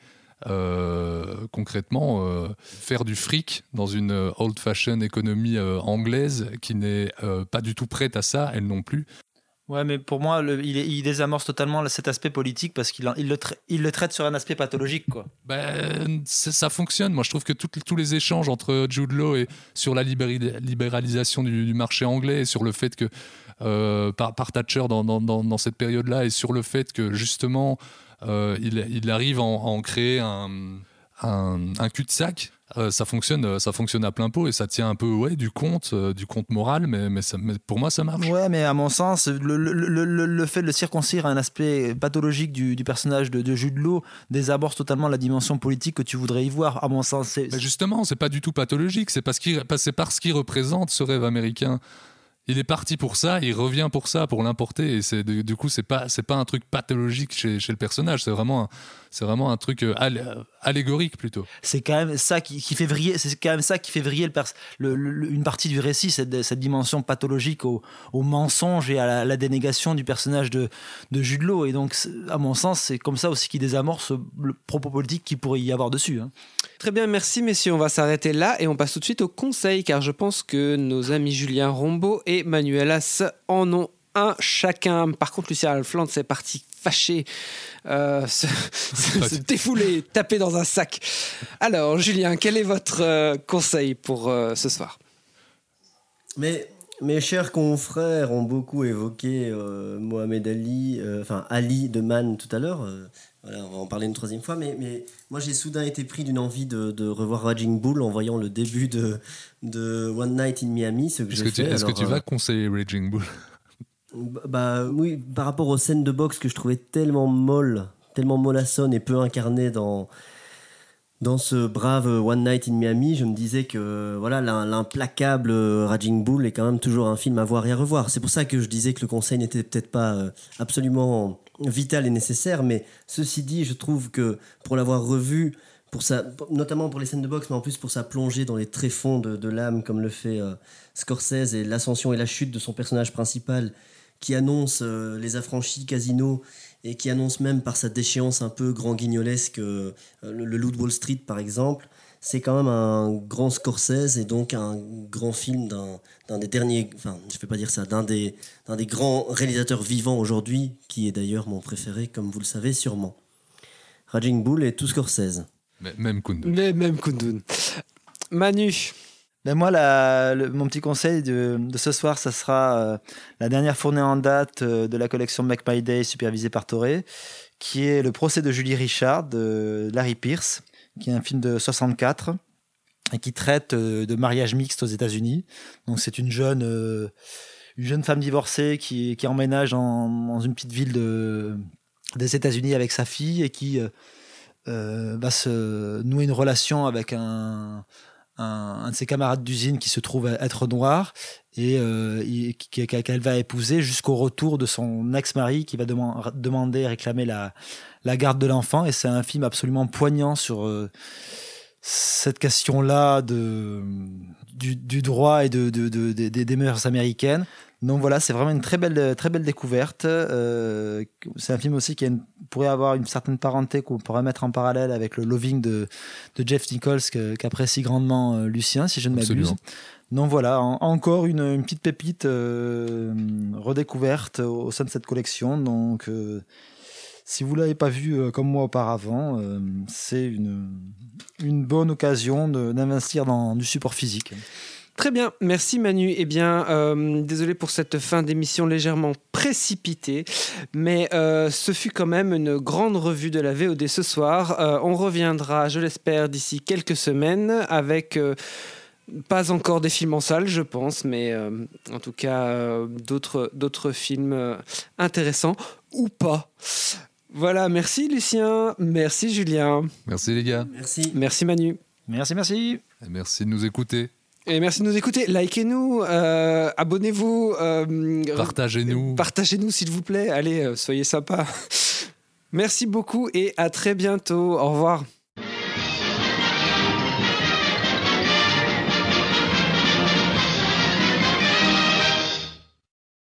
euh, concrètement euh, faire du fric dans une euh, old-fashioned économie euh, anglaise qui n'est euh, pas du tout prête à ça, elle non plus. Ouais, mais pour moi, le, il, il désamorce totalement cet aspect politique parce qu'il il le, tra- il le traite sur un aspect pathologique, quoi. Ben, ça fonctionne. Moi, je trouve que tout, tous les échanges entre Jude Law et sur la libéri- libéralisation du, du marché anglais, et sur le fait que euh, par, par Thatcher dans, dans, dans, dans cette période-là, et sur le fait que justement euh, il, il arrive à en, à en créer un, un, un cul-de-sac. Euh, ça fonctionne, ça fonctionne à plein pot et ça tient un peu ouais, du compte, euh, du compte moral, mais, mais, ça, mais pour moi ça marche. Ouais, mais à mon sens, le, le, le, le fait de le circoncire à un aspect pathologique du, du personnage de, de Jude Law désaborde totalement la dimension politique que tu voudrais y voir. À mon sens, c'est... Mais justement, c'est pas du tout pathologique, c'est parce qu'il, c'est parce qu'il représente ce rêve américain. Il est parti pour ça, il revient pour ça, pour l'importer, et c'est, du coup, c'est pas, c'est pas un truc pathologique chez, chez le personnage, c'est vraiment un, c'est vraiment un truc allé, allégorique plutôt. C'est quand même ça qui, qui fait vriller, c'est quand même ça qui fait vriller le pers- le, le, une partie du récit, cette, cette dimension pathologique au, au mensonge et à la, la dénégation du personnage de, de Jude Law. Et donc, à mon sens, c'est comme ça aussi qu'il désamorce le propos politique qu'il pourrait y avoir dessus. Hein. Très bien, merci messieurs. On va s'arrêter là et on passe tout de suite au conseil, car je pense que nos amis Julien Rombaud et Manuel As en ont un chacun. Par contre, Lucien Alfland, c'est parti fâché, euh, se, se, se défouler, taper dans un sac. Alors, Julien, quel est votre euh, conseil pour euh, ce soir ? Mais mes chers confrères ont beaucoup évoqué euh, Mohamed Ali, euh, enfin Ali de Man tout à l'heure. Euh, voilà, on va en parler une troisième fois. Mais, mais moi, j'ai soudain été pris d'une envie de, de revoir Raging Bull en voyant le début de, de One Night in Miami, ce que est-ce j'ai que tu, fait. Est-ce Alors, que tu euh, vas conseiller Raging Bull ? Bah oui, par rapport aux scènes de boxe que je trouvais tellement molles, tellement mollassonnes et peu incarnées dans, dans ce brave One Night in Miami, je me disais que voilà, l'implacable Raging Bull est quand même toujours un film à voir et à revoir. C'est pour ça que je disais que le conseil n'était peut-être pas absolument vital et nécessaire, mais ceci dit, je trouve que pour l'avoir revu, pour sa, notamment pour les scènes de boxe, mais en plus pour sa plongée dans les tréfonds de, de l'âme, comme le fait euh, Scorsese, et l'ascension et la chute de son personnage principal, qui annonce euh, les affranchis Casino, et qui annonce même par sa déchéance un peu grand guignolesque euh, le, le Loup de Wall Street par exemple. C'est quand même un grand Scorsese et donc un grand film d'un, d'un des derniers, enfin je ne vais pas dire ça, d'un des, d'un des grands réalisateurs vivants aujourd'hui, qui est d'ailleurs mon préféré, comme vous le savez sûrement. Raging Bull et tout Scorsese. Mais même Kundun. Mais même Kundun. Manu. Ben moi, la, le, mon petit conseil de, de ce soir, ça sera euh, la dernière fournée en date euh, de la collection Make My Day, supervisée par Toré, qui est Le procès de Julie Richard de Larry Pierce, qui est un film de soixante-quatre et qui traite euh, de mariage mixte aux États-Unis. Donc c'est une jeune, euh, une jeune femme divorcée qui, qui emménage en, dans une petite ville de, des États-Unis avec sa fille et qui euh, euh, va se nouer une relation avec un, un, un de ses camarades d'usine qui se trouve être noir et euh, il, qu'elle va épouser jusqu'au retour de son ex-mari qui va demand, demander et réclamer la, la garde de l'enfant. Et c'est un film absolument poignant sur euh, cette question-là de, du, du droit et de, de, de, de, de, des mœurs américaines. Donc voilà, c'est vraiment une très belle, très belle découverte. Euh, c'est un film aussi qui a une, pourrait avoir une certaine parenté qu'on pourrait mettre en parallèle avec le Loving de, de Jeff Nichols que, qu'apprécie grandement euh, Lucien, si je ne m'abuse. Absolument. Donc voilà, en, encore une, une petite pépite euh, redécouverte au, au sein de cette collection. Donc euh, si vous ne l'avez pas vu euh, comme moi auparavant, euh, c'est une, une bonne occasion de, d'investir dans du support physique. Très bien, merci Manu. Eh bien, euh, désolé pour cette fin d'émission légèrement précipitée, mais euh, ce fut quand même une grande revue de la V O D ce soir. Euh, on reviendra, je l'espère, d'ici quelques semaines avec... Euh, pas encore des films en salle, je pense, mais euh, en tout cas, euh, d'autres, d'autres films euh, intéressants ou pas. Voilà, merci Lucien, merci Julien. Merci les gars. Merci. Merci Manu. Merci, merci. Et merci de nous écouter. Et merci de nous écouter. Likez-nous, euh, abonnez-vous. Euh, Partagez-nous. Partagez-nous, s'il vous plaît. Allez, euh, soyez sympas. Merci beaucoup et à très bientôt. Au revoir.